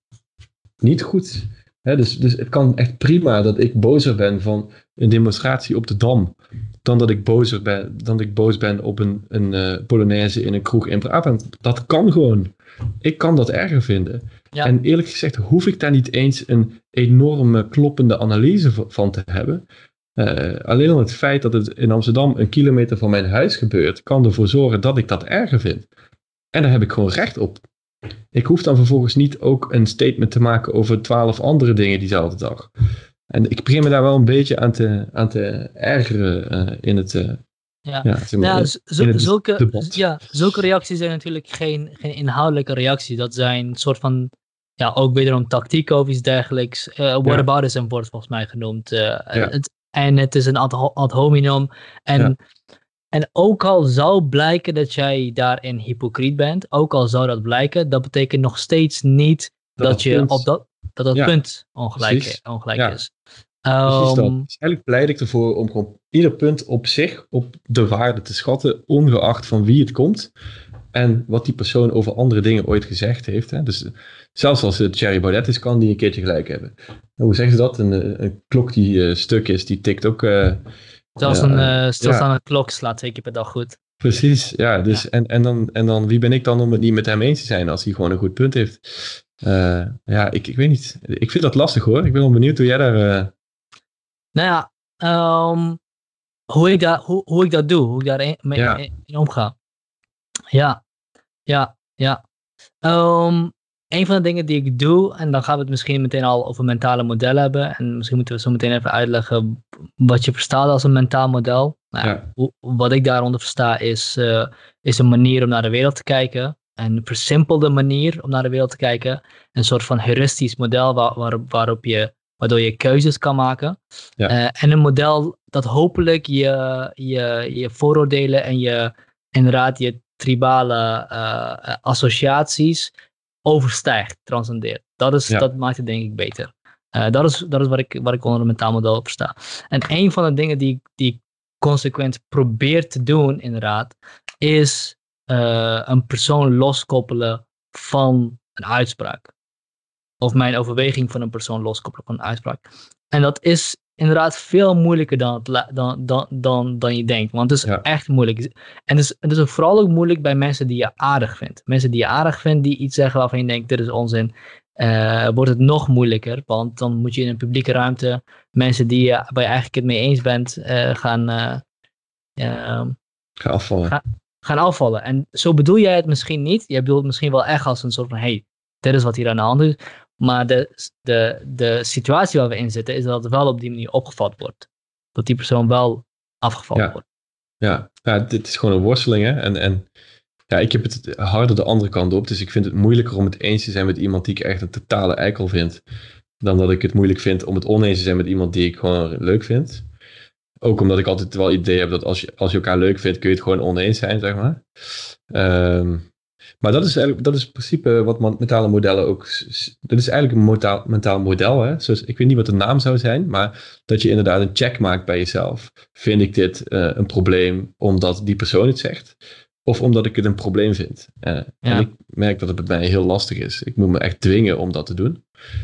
niet goed. Hè, dus, dus het kan echt prima dat ik bozer ben van een demonstratie op de Dam, dan dat ik bozer ben, dan dat ik boos ben op een, een uh, Polonaise in een kroeg in Brabant. Dat kan gewoon. Ik kan dat erger vinden. Ja. En eerlijk gezegd hoef ik daar niet eens een enorme kloppende analyse van te hebben. Uh, alleen al het feit dat het in Amsterdam een kilometer van mijn huis gebeurt, kan ervoor zorgen dat ik dat erger vind. En daar heb ik gewoon recht op. Ik hoef dan vervolgens niet ook een statement te maken over twaalf andere dingen diezelfde dag. En ik begin me daar wel een beetje aan te, aan te ergeren uh, in het... Uh, Ja, ja, zeg maar, ja z- z- in het zulke, debat. ja, zulke reacties zijn natuurlijk geen, geen inhoudelijke reacties. Dat zijn een soort van, ja, ook wederom tactiek of iets dergelijks. Uh, whataboutism ja. wordt volgens mij genoemd. Uh, ja. het, en het is een ad, ad hominem. En, ja. en ook al zou blijken dat jij daarin hypocriet bent, ook al zou dat blijken, dat betekent nog steeds niet dat, dat je punt, op dat, dat, dat ja, punt ongelijk, ongelijk ja. is. Precies dat. Dus eigenlijk pleit ik ervoor om gewoon ieder punt op zich op de waarde te schatten, ongeacht van wie het komt en wat die persoon over andere dingen ooit gezegd heeft. Hè. Dus zelfs als het Thierry Baudet is, kan die een keertje gelijk hebben. Nou, hoe zeggen ze dat? Een, een klok die uh, stuk is, die tikt ook... Uh, zelfs een uh, stilstaande ja. klok slaat twee keer per dag goed. Precies, ja. Dus, ja. En, en, dan, en dan, wie ben ik dan om het niet met hem eens te zijn als hij gewoon een goed punt heeft? Uh, ja, ik, ik weet niet. Ik vind dat lastig hoor. Ik ben wel benieuwd hoe jij daar... Uh, Nou ja, um, hoe, ik dat, hoe, hoe ik dat doe, hoe ik daar in, mee, ja. in, in omga. Ja, ja, ja. Um, een van de dingen die ik doe, en dan gaan we het misschien meteen al over mentale modellen hebben. En misschien moeten we zo meteen even uitleggen wat je verstaat als een mentaal model. Nou, ja. hoe, wat ik daaronder versta is, uh, is een manier om naar de wereld te kijken. Een versimpelde manier om naar de wereld te kijken. Een soort van heuristisch model waar, waar, waarop je... waardoor je keuzes kan maken. Ja. Uh, en een model dat hopelijk je, je, je vooroordelen en je inderdaad je tribale uh, associaties overstijgt, transcendeert. Dat, is, ja. dat maakt het denk ik beter. Uh, dat is, dat is wat, ik, wat ik onder een mentaal model versta. En een van de dingen die, die ik consequent probeer te doen inderdaad, is uh, een persoon loskoppelen van een uitspraak. Of mijn overweging van een persoon loskoppelen van een uitspraak. En dat is inderdaad veel moeilijker dan, het, dan, dan, dan, dan je denkt. Want het is ja. echt moeilijk. En het is, het is ook vooral ook moeilijk bij mensen die je aardig vindt. Mensen die je aardig vindt, die iets zeggen waarvan je denkt, dit is onzin. Uh, wordt het nog moeilijker. Want dan moet je in een publieke ruimte mensen die je, waar je eigenlijk het mee eens bent, uh, gaan, uh, uh, gaan afvallen. Ga, gaan afvallen. En zo bedoel jij het misschien niet. Je bedoelt het misschien wel echt als een soort van, hey, dit is wat hier aan de hand is. Maar de, de, de situatie waar we in zitten, is dat het wel op die manier opgevat wordt. Dat die persoon wel afgevallen ja. wordt. Ja. ja, dit is gewoon een worsteling. Hè? En, en ja, ik heb het harder de andere kant op. Dus ik vind het moeilijker om het eens te zijn met iemand die ik echt een totale eikel vind. Dan dat ik het moeilijk vind om het oneens te zijn met iemand die ik gewoon leuk vind. Ook omdat ik altijd wel het idee heb dat als je, als je elkaar leuk vindt, kun je het gewoon oneens zijn, zeg maar. Um, Maar dat is eigenlijk, dat is in principe wat mentale modellen ook... Dat is eigenlijk een mentaal, mentaal model, hè. Zoals, ik weet niet wat de naam zou zijn, maar dat je inderdaad een check maakt bij jezelf. Vind ik dit uh, een probleem omdat die persoon het zegt? Of omdat ik het een probleem vind? Uh, ja. En ik merk dat het bij mij heel lastig is. Ik moet me echt dwingen om dat te doen.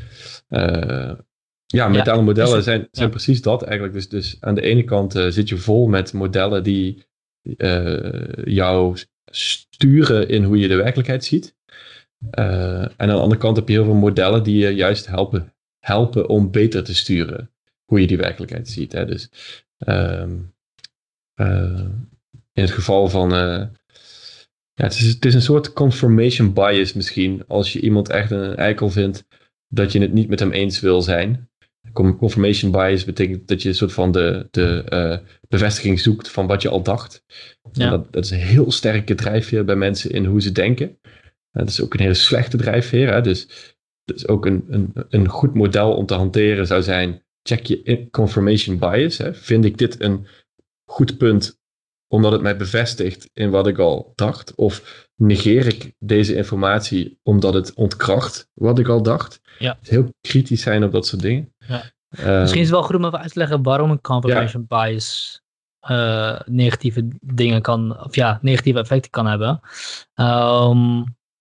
Uh, ja, mentale ja, modellen zijn, zijn ja. precies dat eigenlijk. Dus, dus aan de ene kant uh, zit je vol met modellen die uh, jou... sturen in hoe je de werkelijkheid ziet. Uh, en aan de andere kant heb je heel veel modellen die je juist helpen, helpen om beter te sturen hoe je die werkelijkheid ziet. Hè. Dus um, uh, in het geval van uh, ja, het, is, het is een soort confirmation bias misschien, als je iemand echt een eikel vindt, dat je het niet met hem eens wil zijn. Confirmation bias betekent dat je een soort van de, de uh, bevestiging zoekt van wat je al dacht. Ja. Dat, dat is een heel sterke drijfveer bij mensen in hoe ze denken. Dat is ook een hele slechte drijfveer. Hè? Dus, dus ook een, een, een goed model om te hanteren zou zijn, check je confirmation bias. Hè? Vind ik dit een goed punt omdat het mij bevestigt in wat ik al dacht? Of negeer ik deze informatie omdat het ontkracht wat ik al dacht? Ja. Dus heel kritisch zijn op dat soort dingen. Ja. Um, Misschien is het wel goed om even uit te leggen waarom een confirmation ja. bias uh, negatieve dingen kan, of ja, negatieve effecten kan hebben. Um,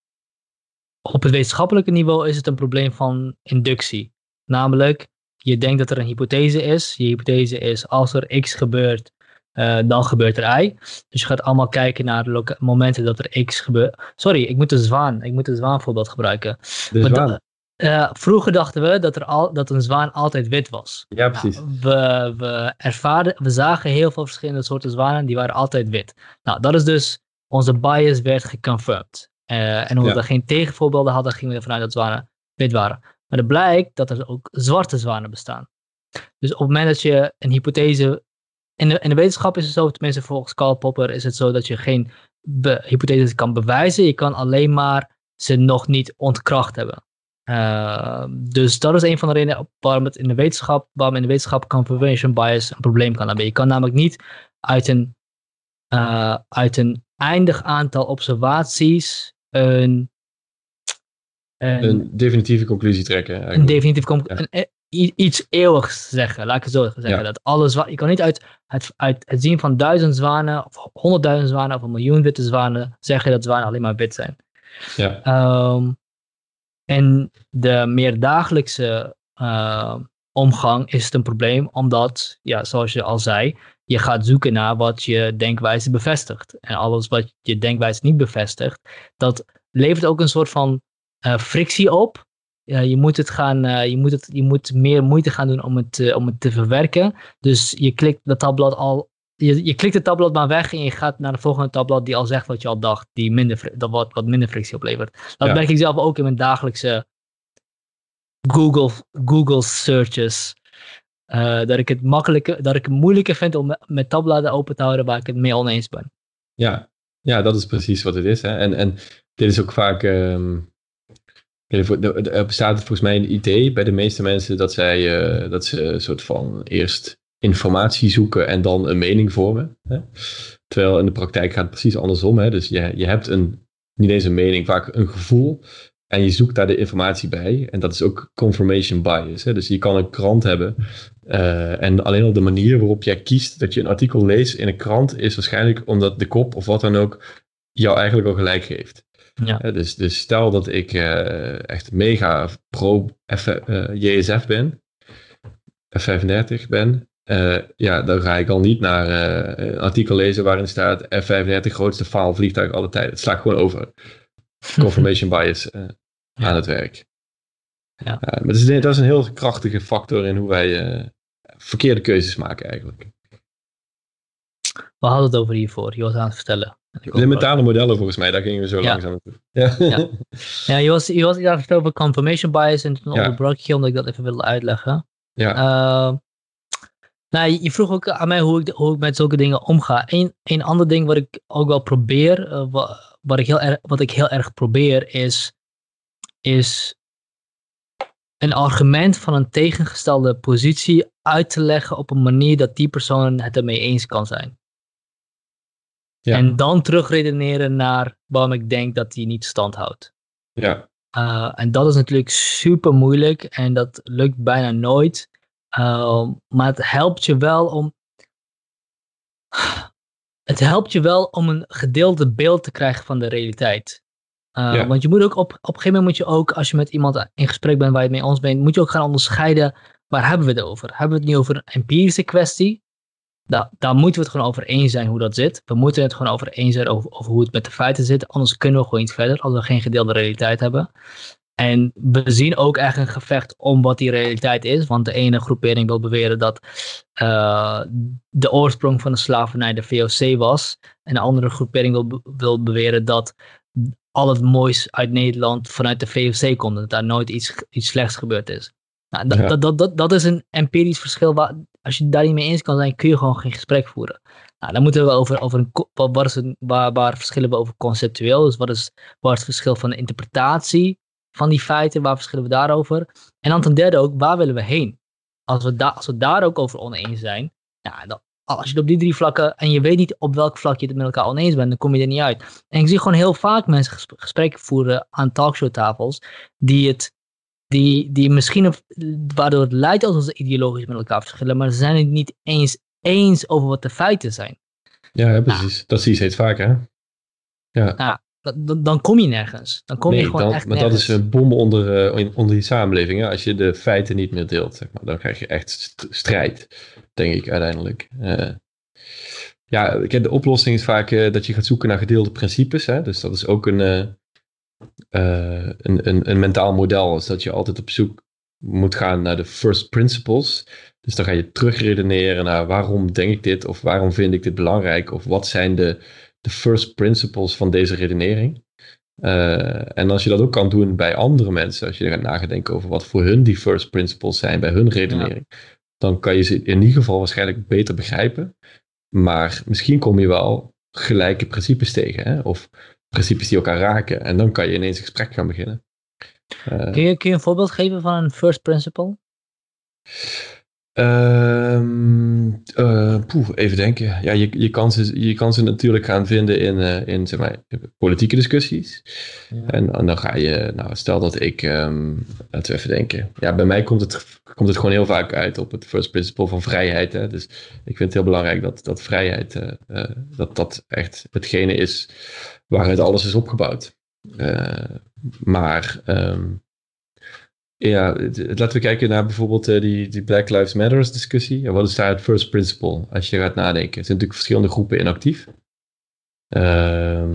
op het wetenschappelijke niveau is het een probleem van inductie. Namelijk, je denkt dat er een hypothese is. Je hypothese is, als er X gebeurt, uh, dan gebeurt er Y. Dus je gaat allemaal kijken naar de loca- momenten dat er X gebeurt. Sorry, ik moet de zwaan, ik moet de zwaan voorbeeld gebruiken. De zwaan. Da- Uh, vroeger dachten we dat, er al, dat een zwaan altijd wit was. Ja, precies. Nou, we, we, ervaarden, we zagen heel veel verschillende soorten zwanen, die waren altijd wit. Nou, dat is dus, onze bias werd geconfirmed. Uh, en omdat ja. we geen tegenvoorbeelden hadden, gingen we ervan uit dat zwanen wit waren. Maar het blijkt dat er ook zwarte zwanen bestaan. Dus op het moment dat je een hypothese... In de, in de wetenschap is het zo, tenminste volgens Karl Popper, is het zo dat je geen be, hypotheses kan bewijzen. Je kan alleen maar ze nog niet ontkracht hebben. Uh, dus dat is een van de redenen waarom het in de wetenschap, waarom in de wetenschap confirmation bias een probleem kan hebben. Je kan namelijk niet uit een, uh, uit een eindig aantal observaties een, een, een definitieve conclusie trekken. Eigenlijk. Een definitieve conclusie. Ja. Iets eeuwigs zeggen, laat ik het zo zeggen. Ja. Dat alles, je kan niet uit het, uit het zien van duizend zwanen, of honderdduizend zwanen, of een miljoen witte zwanen, zeggen dat zwanen alleen maar wit zijn. Ja. Um, en de meer dagelijkse uh, omgang is het een probleem, omdat, ja, zoals je al zei, je gaat zoeken naar wat je denkwijze bevestigt. En alles wat je denkwijze niet bevestigt, dat levert ook een soort van uh, frictie op. Ja, je moet het gaan, uh, je moet het, je moet meer moeite gaan doen om het, uh, om het te verwerken. Dus je klikt dat tabblad al, je, je klikt het tabblad maar weg en je gaat naar de volgende tabblad die al zegt wat je al dacht, die minder, dat wat, wat minder frictie oplevert. Dat ja. merk ik zelf ook in mijn dagelijkse Google, Google searches. Uh, dat ik het makkelijker, dat ik het moeilijker vind om met tabbladen open te houden waar ik het mee oneens ben. Ja, ja, dat is precies wat het is. Hè? En, en dit is ook vaak. Um... Er bestaat volgens mij een idee bij de meeste mensen dat, zij, uh, dat ze een soort van eerst informatie zoeken en dan een mening vormen. Hè? Terwijl in de praktijk gaat het precies andersom. Hè? Dus je, je hebt een, niet eens een mening, vaak een gevoel en je zoekt daar de informatie bij. En dat is ook confirmation bias. Hè? Dus je kan een krant hebben uh, en alleen al de manier waarop jij kiest dat je een artikel leest in een krant is waarschijnlijk omdat de kop of wat dan ook jou eigenlijk al gelijk geeft. Ja. Ja, dus, dus stel dat ik uh, echt mega pro F, uh, J S F ben, F vijfendertig ben, uh, ja, dan ga ik al niet naar uh, een artikel lezen waarin staat F vijfendertig grootste faalvliegtuig alle tijden. Het slaat gewoon over. Confirmation bias uh, ja. aan het werk. Ja. Uh, maar dat is, dat is een heel krachtige factor in hoe wij uh, verkeerde keuzes maken eigenlijk. We hadden het over hiervoor, je was aan het vertellen. De mentale modellen volgens mij, daar gingen we zo ja. langzaam naartoe. Ja, ja. ja je, was, je was iets aan het vertellen over confirmation bias en toen ja. onderbrak je omdat ik dat even wilde uitleggen. Ja. Uh, nou, je vroeg ook aan mij hoe ik, hoe ik met zulke dingen omga. Eén een ander ding wat ik ook wel probeer, uh, wat, wat, ik heel erg, wat ik heel erg probeer is, is een argument van een tegengestelde positie uit te leggen op een manier dat die persoon het ermee eens kan zijn. Ja. En dan terugredeneren naar waarom ik denk dat die niet stand houdt. Ja. Uh, en dat is natuurlijk super moeilijk en dat lukt bijna nooit. Uh, maar het helpt je wel om... Het helpt je wel om een gedeelde beeld te krijgen van de realiteit. Uh, ja. Want je moet ook op, op een gegeven moment moet je ook, als je met iemand in gesprek bent waar je het mee ons bent, moet je ook gaan onderscheiden, waar hebben we het over? Hebben we het nu over een empirische kwestie? Da, daar moeten we het gewoon over eens zijn hoe dat zit. We moeten het gewoon over eens zijn over, over hoe het met de feiten zit. Anders kunnen we gewoon niet verder als we geen gedeelde realiteit hebben. En we zien ook echt een gevecht om wat die realiteit is. Want de ene groepering wil beweren dat uh, de oorsprong van de slavernij de V O C was. En de andere groepering wil, wil beweren dat al het moois uit Nederland vanuit de V O C komt. Dat daar nooit iets, iets slechts gebeurd is. Nou, dat, ja. dat, dat, dat, dat is een empirisch verschil. Waar, als je het daar niet mee eens kan zijn, kun je gewoon geen gesprek voeren. Nou, dan moeten we over, over een, wat is het, waar, waar verschillen we over conceptueel? Dus wat is, wat is het verschil van de interpretatie van die feiten? Waar verschillen we daarover? En dan ten derde ook, waar willen we heen? Als we, da, als we daar ook over oneens zijn, nou, dan, als je op die drie vlakken, en je weet niet op welk vlak je het met elkaar oneens bent, dan kom je er niet uit. En ik zie gewoon heel vaak mensen gesprekken voeren aan talkshowtafels, die het Die, die misschien, waardoor het lijkt alsof ze ideologisch met elkaar verschillen, maar ze zijn het niet eens eens over wat de feiten zijn. Ja, ja precies. Nou, dat zie je steeds vaker, hè? Ja. Nou, dan, dan kom je nergens. Dan kom nee, je gewoon dan, echt maar nergens. Dat is een bom onder, uh, onder die samenleving, hè? Als je de feiten niet meer deelt, zeg maar. Dan krijg je echt st- strijd, denk ik, uiteindelijk. Uh, ja, de oplossing is vaak uh, dat je gaat zoeken naar gedeelde principes, hè? Dus dat is ook een... Uh, Uh, een, een, een mentaal model is dat je altijd op zoek moet gaan naar de first principles. Dus dan ga je terugredeneren naar waarom denk ik dit of waarom vind ik dit belangrijk of wat zijn de, de first principles van deze redenering. Uh, en als je dat ook kan doen bij andere mensen, als je gaat nadenken over wat voor hun die first principles zijn bij hun redenering, ja. dan kan je ze in ieder geval waarschijnlijk beter begrijpen. Maar misschien kom je wel gelijke principes tegen. Hè? Of principes die elkaar raken. En dan kan je ineens een gesprek gaan beginnen. Uh, kun, je, kun je een voorbeeld geven van een first principle? Um, uh, poeh, even denken. Ja, je, je, kan ze, je kan ze natuurlijk gaan vinden in, uh, in zeg maar, politieke discussies. Ja. En, en dan ga je, nou, stel dat ik, um, laten we even denken. Ja, bij mij komt het, komt het gewoon heel vaak uit op het first principle van vrijheid. Hè? Dus ik vind het heel belangrijk dat, dat vrijheid, uh, uh, dat dat echt hetgene is waaruit alles is opgebouwd. Uh, maar... Um, Ja, laten we kijken naar bijvoorbeeld uh, die, die Black Lives Matter discussie. Ja, wat is daar het first principle als je gaat nadenken? Er zijn natuurlijk verschillende groepen inactief. Uh,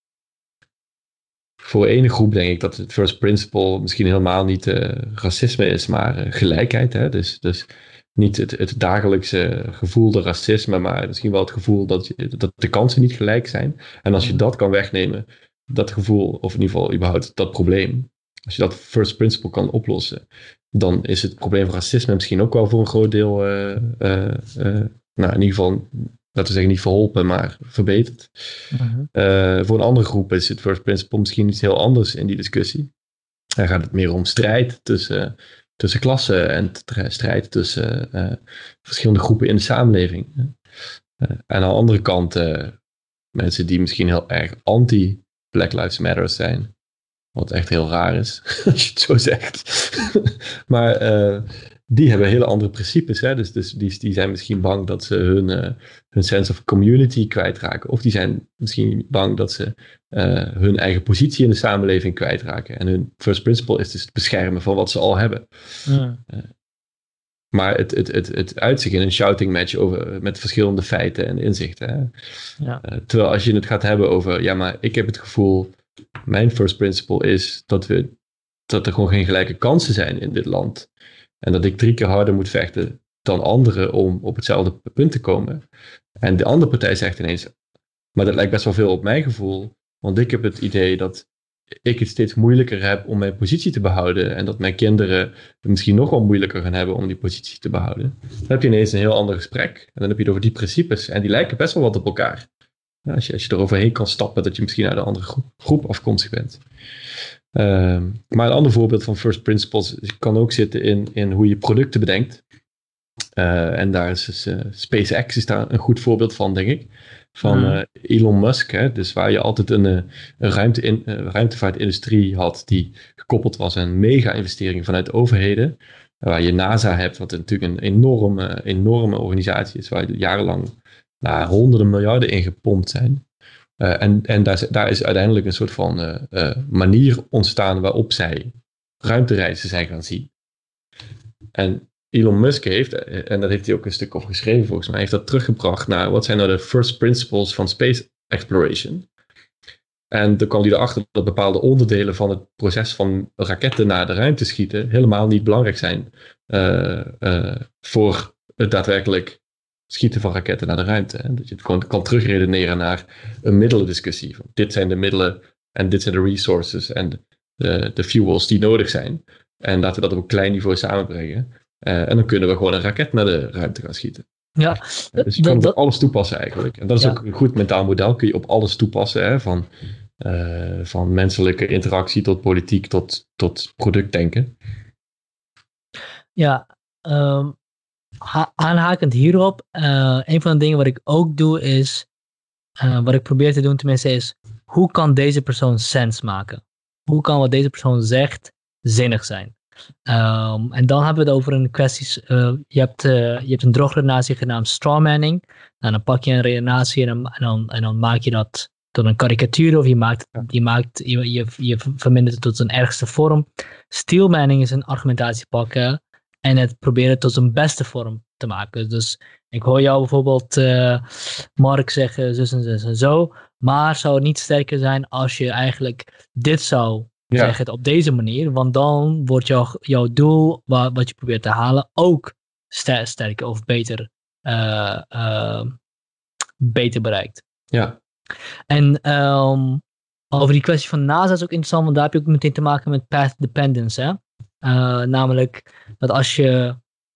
voor ene groep denk ik dat het first principle misschien helemaal niet uh, racisme is, maar uh, gelijkheid. Hè? Dus, dus niet het, het dagelijkse gevoelde racisme, maar misschien wel het gevoel dat, je, dat de kansen niet gelijk zijn. En als je dat kan wegnemen, dat gevoel, of in ieder geval überhaupt dat probleem. Als je dat first principle kan oplossen, dan is het probleem van racisme misschien ook wel voor een groot deel, uh, uh, uh, nou in ieder geval, laten we zeggen niet verholpen, maar verbeterd. Uh-huh. Uh, voor een andere groep is het first principle misschien iets heel anders in die discussie. Dan gaat het meer om strijd tussen, tussen klassen en strijd tussen uh, verschillende groepen in de samenleving. Uh, en aan de andere kant, uh, mensen die misschien heel erg anti-Black Lives Matter zijn. Wat echt heel raar is, als je het zo zegt. maar uh, die hebben hele andere principes. Hè? Dus, dus die, die zijn misschien bang dat ze hun, uh, hun sense of community kwijtraken. Of die zijn misschien bang dat ze uh, hun eigen positie in de samenleving kwijtraken. En hun first principle is dus het beschermen van wat ze al hebben. Ja. Uh, maar het, het, het, het uitzicht in een shouting match over, met verschillende feiten en inzichten. Hè? Ja. Uh, terwijl als je het gaat hebben over, ja maar ik heb het gevoel... Mijn first principle is dat, we, dat er gewoon geen gelijke kansen zijn in dit land. En dat ik drie keer harder moet vechten dan anderen om op hetzelfde punt te komen. En de andere partij zegt ineens, maar dat lijkt best wel veel op mijn gevoel. Want ik heb het idee dat ik het steeds moeilijker heb om mijn positie te behouden. En dat mijn kinderen het misschien nog wel moeilijker gaan hebben om die positie te behouden. Dan heb je ineens een heel ander gesprek. En dan heb je het over die principes. En die lijken best wel wat op elkaar. Ja, als, je, als je er overheen kan stappen, dat je misschien uit een andere groep, groep afkomstig bent. Um, maar een ander voorbeeld van first principles kan ook zitten in, in hoe je producten bedenkt. Uh, en daar is dus, uh, SpaceX is daar een goed voorbeeld van, denk ik. Van uh, Elon Musk. Hè? Dus waar je altijd een, een ruimte in, uh, ruimtevaartindustrie had die gekoppeld was aan mega-investeringen vanuit overheden. Waar je NASA hebt, wat natuurlijk een enorme, enorme organisatie is, waar je jarenlang nou, honderden miljarden in gepompt zijn. Uh, en en daar, daar is uiteindelijk een soort van uh, uh, manier ontstaan waarop zij ruimtereizen zijn gaan zien. En Elon Musk heeft, en dat heeft hij ook een stuk over geschreven volgens mij, heeft dat teruggebracht naar wat zijn nou de first principles van space exploration. En dan kwam hij erachter dat bepaalde onderdelen van het proces van raketten naar de ruimte schieten helemaal niet belangrijk zijn uh, uh, voor het daadwerkelijk schieten van raketten naar de ruimte. Hè? Dat je het gewoon kan terugredeneren naar een middelendiscussie. Van dit zijn de middelen en dit zijn de resources en de, de fuels die nodig zijn. En laten we dat op een klein niveau samenbrengen. Uh, en dan kunnen we gewoon een raket naar de ruimte gaan schieten. Ja, uh, dus je kan het op alles toepassen eigenlijk. En dat is ja. ook een goed mentaal model. Kun je op alles toepassen. Hè? Van, uh, van menselijke interactie tot politiek tot, tot productdenken. Ja, um, ha- aanhakend hierop. Uh, een van de dingen wat ik ook doe is, uh, wat ik probeer te doen tenminste is, hoe kan deze persoon sens maken? Hoe kan wat deze persoon zegt zinnig zijn? Um, en dan hebben we het over een kwestie, uh, je, hebt, uh, je hebt een drogredenatie genaamd strawmanning. En dan pak je een redenatie en dan, en, dan, en dan maak je dat tot een karikatuur of je, maakt, je, maakt, je, je, je vermindert het tot zijn ergste vorm. Steelmanning is een argumentatie pakken en het proberen tot zijn beste vorm te maken. Dus ik hoor jou bijvoorbeeld uh, Mark zeggen zus en zus en zo, maar zou het niet sterker zijn als je eigenlijk dit zou ja. zeg het op deze manier, want dan wordt jouw, jouw doel, wat, wat je probeert te halen, ook ster- sterker of beter, uh, uh, beter bereikt. Ja. En um, over die kwestie van NASA is ook interessant, want daar heb je ook meteen te maken met path dependence. Hè? Uh, namelijk dat als je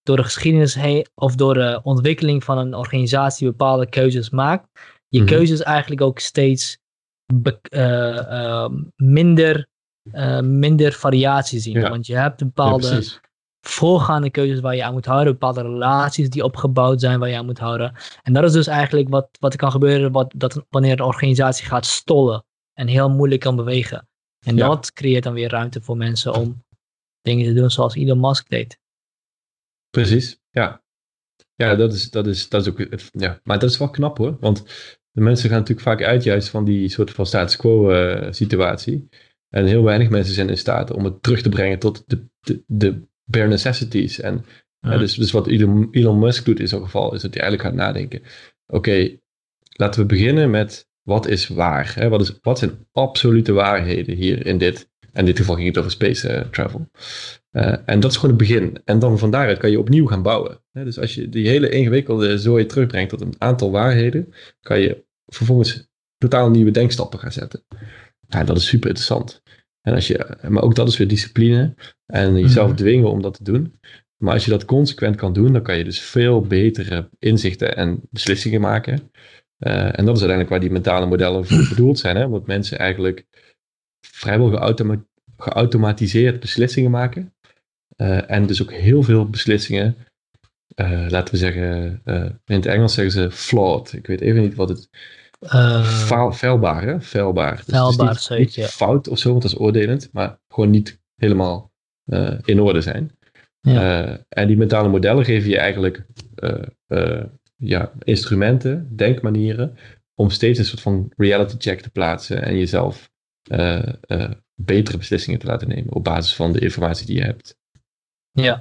door de geschiedenis heen of door de ontwikkeling van een organisatie bepaalde keuzes maakt, je mm-hmm. keuzes eigenlijk ook steeds be- uh, uh, minder, uh, minder variatie zien. Ja. Want je hebt bepaalde ja, voorgaande keuzes waar je aan moet houden, bepaalde relaties die opgebouwd zijn waar je aan moet houden. En dat is dus eigenlijk wat, wat er kan gebeuren wat, dat wanneer een organisatie gaat stollen en heel moeilijk kan bewegen. En ja. dat creëert dan weer ruimte voor mensen om dingen te doen zoals Elon Musk deed. Precies, ja. Ja, dat is, dat is, dat is ook... Het, ja. Maar dat is wel knap hoor. Want de mensen gaan natuurlijk vaak uit juist van die soort van status quo uh, situatie. En heel weinig mensen zijn in staat om het terug te brengen tot de, de, de bare necessities. En ja. Ja, dus, dus wat Elon, Elon Musk doet in zo'n geval, is dat hij eigenlijk gaat nadenken. Oké, okay, laten we beginnen met wat is waar? Hè? Wat, is, wat zijn absolute waarheden hier in dit? En in dit geval ging het over space uh, travel. Uh, en dat is gewoon het begin. En dan van daaruit kan je opnieuw gaan bouwen. Hè? Dus als je die hele ingewikkelde zooi terugbrengt tot een aantal waarheden, kan je vervolgens totaal nieuwe denkstappen gaan zetten. Ja, dat is super interessant. En als je, maar ook dat is weer discipline en jezelf mm-hmm. dwingen om dat te doen. Maar als je dat consequent kan doen, dan kan je dus veel betere inzichten en beslissingen maken. Uh, en dat is uiteindelijk waar die mentale modellen voor bedoeld zijn. Hè? Omdat mensen eigenlijk vrijwel geautoma- geautomatiseerd beslissingen maken. Uh, en dus ook heel veel beslissingen, uh, laten we zeggen, uh, in het Engels zeggen ze flawed. Ik weet even niet wat het... Uh, Faal, feilbaar, hè? Feilbaar. Feilbaar, dus niet, niet ja. fout of zo, want dat is oordelend, maar gewoon niet helemaal uh, in orde zijn. Ja. Uh, en die mentale modellen geven je eigenlijk uh, uh, ja, instrumenten, denkmanieren, om steeds een soort van reality check te plaatsen en jezelf uh, uh, betere beslissingen te laten nemen op basis van de informatie die je hebt. Ja.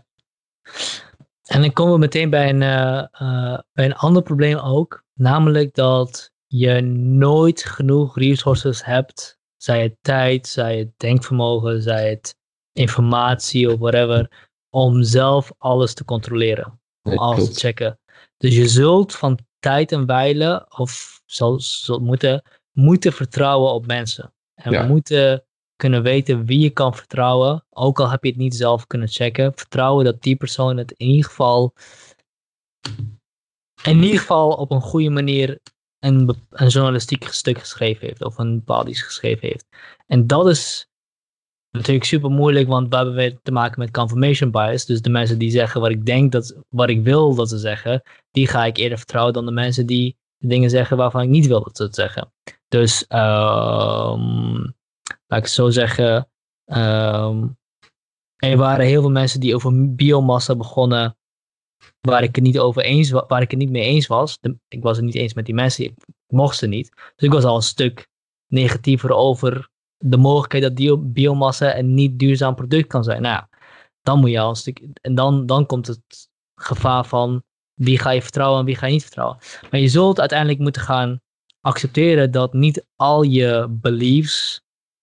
En dan komen we meteen bij een, uh, uh, bij een ander probleem ook, namelijk dat je nooit genoeg resources hebt, zij het tijd, zij het denkvermogen, zij het informatie of whatever, om zelf alles te controleren, om nee, alles klopt. te checken. Dus je zult van tijd en wijle, of zult, zult moeten, moeten vertrouwen op mensen. En ja. moeten kunnen weten wie je kan vertrouwen, ook al heb je het niet zelf kunnen checken. Vertrouwen dat die persoon het in ieder geval, in ieder geval op een goede manier een, een journalistiek stuk geschreven heeft, of een bepaald iets geschreven heeft. En dat is natuurlijk super moeilijk, want we hebben weer te maken met confirmation bias. Dus de mensen die zeggen wat ik denk, dat, wat ik wil dat ze zeggen, die ga ik eerder vertrouwen dan de mensen die de dingen zeggen waarvan ik niet wil dat ze het zeggen. Dus, um, laat ik het zo zeggen, um, er waren heel veel mensen die over biomassa begonnen, waar ik het niet over eens, waar ik het niet mee eens was. De, ik was het niet eens met die mensen, ik mocht ze niet. Dus ik was al een stuk negatiever over de mogelijkheid dat die biomassa een niet duurzaam product kan zijn. Nou ja, dan moet je al een stuk, en dan, dan komt het gevaar van wie ga je vertrouwen en wie ga je niet vertrouwen. Maar je zult uiteindelijk moeten gaan accepteren dat niet al je beliefs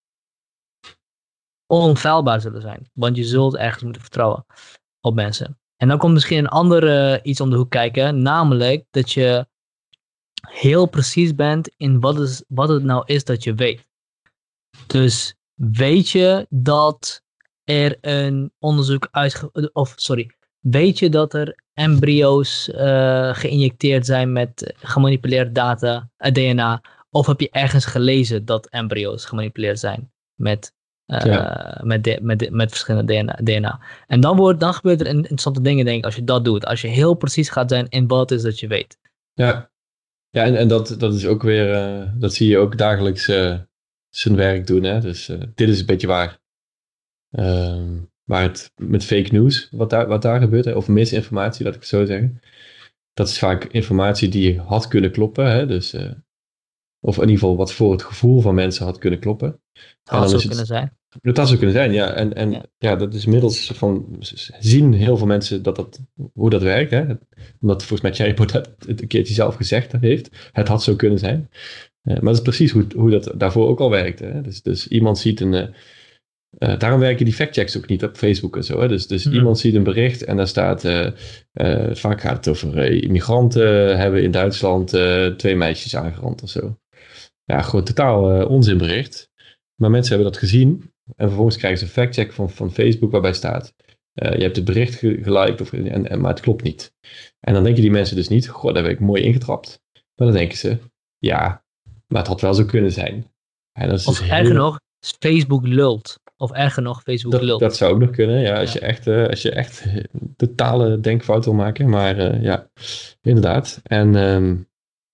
onfeilbaar zullen zijn. Want je zult ergens moeten vertrouwen op mensen. En dan komt misschien een ander uh, iets om de hoek kijken, namelijk dat je heel precies bent in wat, is, wat het nou is dat je weet. Dus weet je dat er een onderzoek uitge... Of, sorry. Weet je dat er embryo's uh, geïnjecteerd zijn met gemanipuleerd data, uh, D N A? Of heb je ergens gelezen dat embryo's gemanipuleerd zijn met, uh, ja. met, de, met, de, met verschillende D N A? En dan, wordt, dan gebeurt er interessante dingen, denk ik, als je dat doet. Als je heel precies gaat zijn in wat het is dat je weet. Ja, ja en, en dat, dat is ook weer... Uh, dat zie je ook dagelijks... Uh... zijn werk doen. Hè? Dus uh, dit is een beetje waar, uh, waar het met fake news, wat daar, wat daar gebeurt, hè? Of misinformatie, laat ik het zo zeggen. Dat is vaak informatie die had kunnen kloppen. Hè? Dus, uh, of in ieder geval wat voor het gevoel van mensen had kunnen kloppen. Dat had zo kunnen het, zijn. Dat had zo kunnen zijn, ja. En, en ja. ja, dat is inmiddels van, zien heel veel mensen dat dat, hoe dat werkt. Hè? Omdat volgens mij Thierry Baudet het een keertje zelf gezegd heeft. Het had zo kunnen zijn. Uh, maar dat is precies hoe, hoe dat daarvoor ook al werkte. Hè? Dus, dus iemand ziet een... Uh, uh, daarom werken die factchecks ook niet op Facebook en zo. Hè? Dus, dus hmm. iemand ziet een bericht en daar staat... Uh, uh, vaak gaat het over uh, immigranten hebben in Duitsland uh, twee meisjes aangerand of zo. Ja, gewoon totaal uh, onzinbericht. Maar mensen hebben dat gezien. En vervolgens krijgen ze een factcheck van, van Facebook waarbij staat... Uh, je hebt het bericht ge- geliked, of, en, en, maar het klopt niet. En dan denken die mensen dus niet, goh, daar heb ik mooi ingetrapt. Maar dan denken ze, ja, maar het had wel zo kunnen zijn. En dat is of dus erger heel... nog, Facebook lult. Of erger nog, Facebook dat, lult. dat zou ook nog kunnen, ja, als, Ja. Je echt, uh, als je echt totale denkfout wil maken. Maar uh, ja, inderdaad. En um,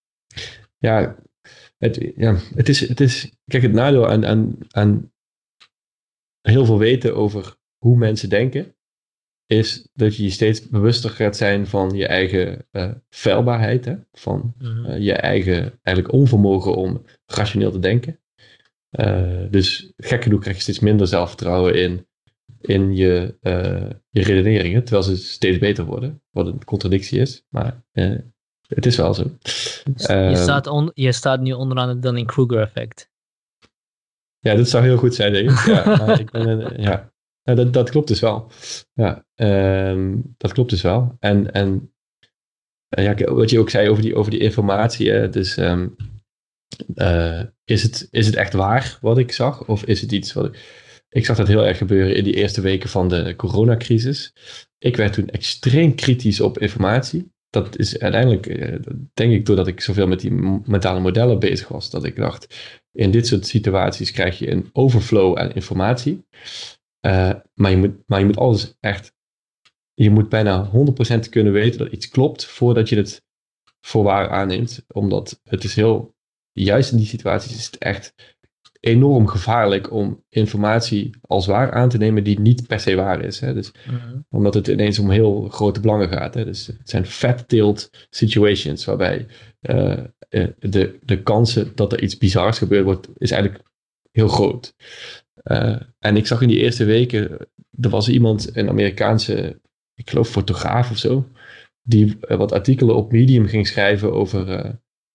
ja, het, ja het, is, het is... Kijk, het nadeel aan, aan, aan heel veel weten over hoe mensen denken, is dat je je steeds bewuster gaat zijn van je eigen uh, feilbaarheid. Hè? Van Mm-hmm. uh, je eigen eigenlijk onvermogen om rationeel te denken. Uh, dus gek genoeg krijg je steeds minder zelfvertrouwen in, in je, uh, je redeneringen, terwijl ze steeds beter worden. Wat een contradictie is, maar uh, het is wel zo. Dus uh, je, staat on, je staat nu onderaan het Dunning-Kruger effect. Ja, dat zou heel goed zijn, denk ik. Ja, maar ik ben, uh, ja. Ja, dat, dat klopt dus wel. Ja, um, dat klopt dus wel. En, en uh, ja, wat je ook zei over die, over die informatie. Hè, dus um, uh, is, het, is het echt waar wat ik zag? Of is het iets wat ik... Ik zag dat heel erg gebeuren in die eerste weken van de coronacrisis. Ik werd toen extreem kritisch op informatie. Dat is uiteindelijk, uh, denk ik, doordat ik zoveel met die mentale modellen bezig was. Dat ik dacht, in dit soort situaties krijg je een overflow aan informatie. Uh, maar, je moet, maar je moet alles echt... Je moet bijna honderd procent kunnen weten dat iets klopt voordat je het voor waar aanneemt. Omdat het is heel... Juist in die situaties is het echt enorm gevaarlijk om informatie als waar aan te nemen die niet per se waar is. Hè? Dus, mm-hmm. Omdat het ineens om heel grote belangen gaat. Hè? Dus het zijn fat-tailed situations waarbij uh, de, de kansen dat er iets bizars gebeurd wordt is eigenlijk heel groot. Uh, en ik zag in die eerste weken, er was iemand, een Amerikaanse, ik geloof fotograaf of zo, die uh, wat artikelen op Medium ging schrijven over, uh,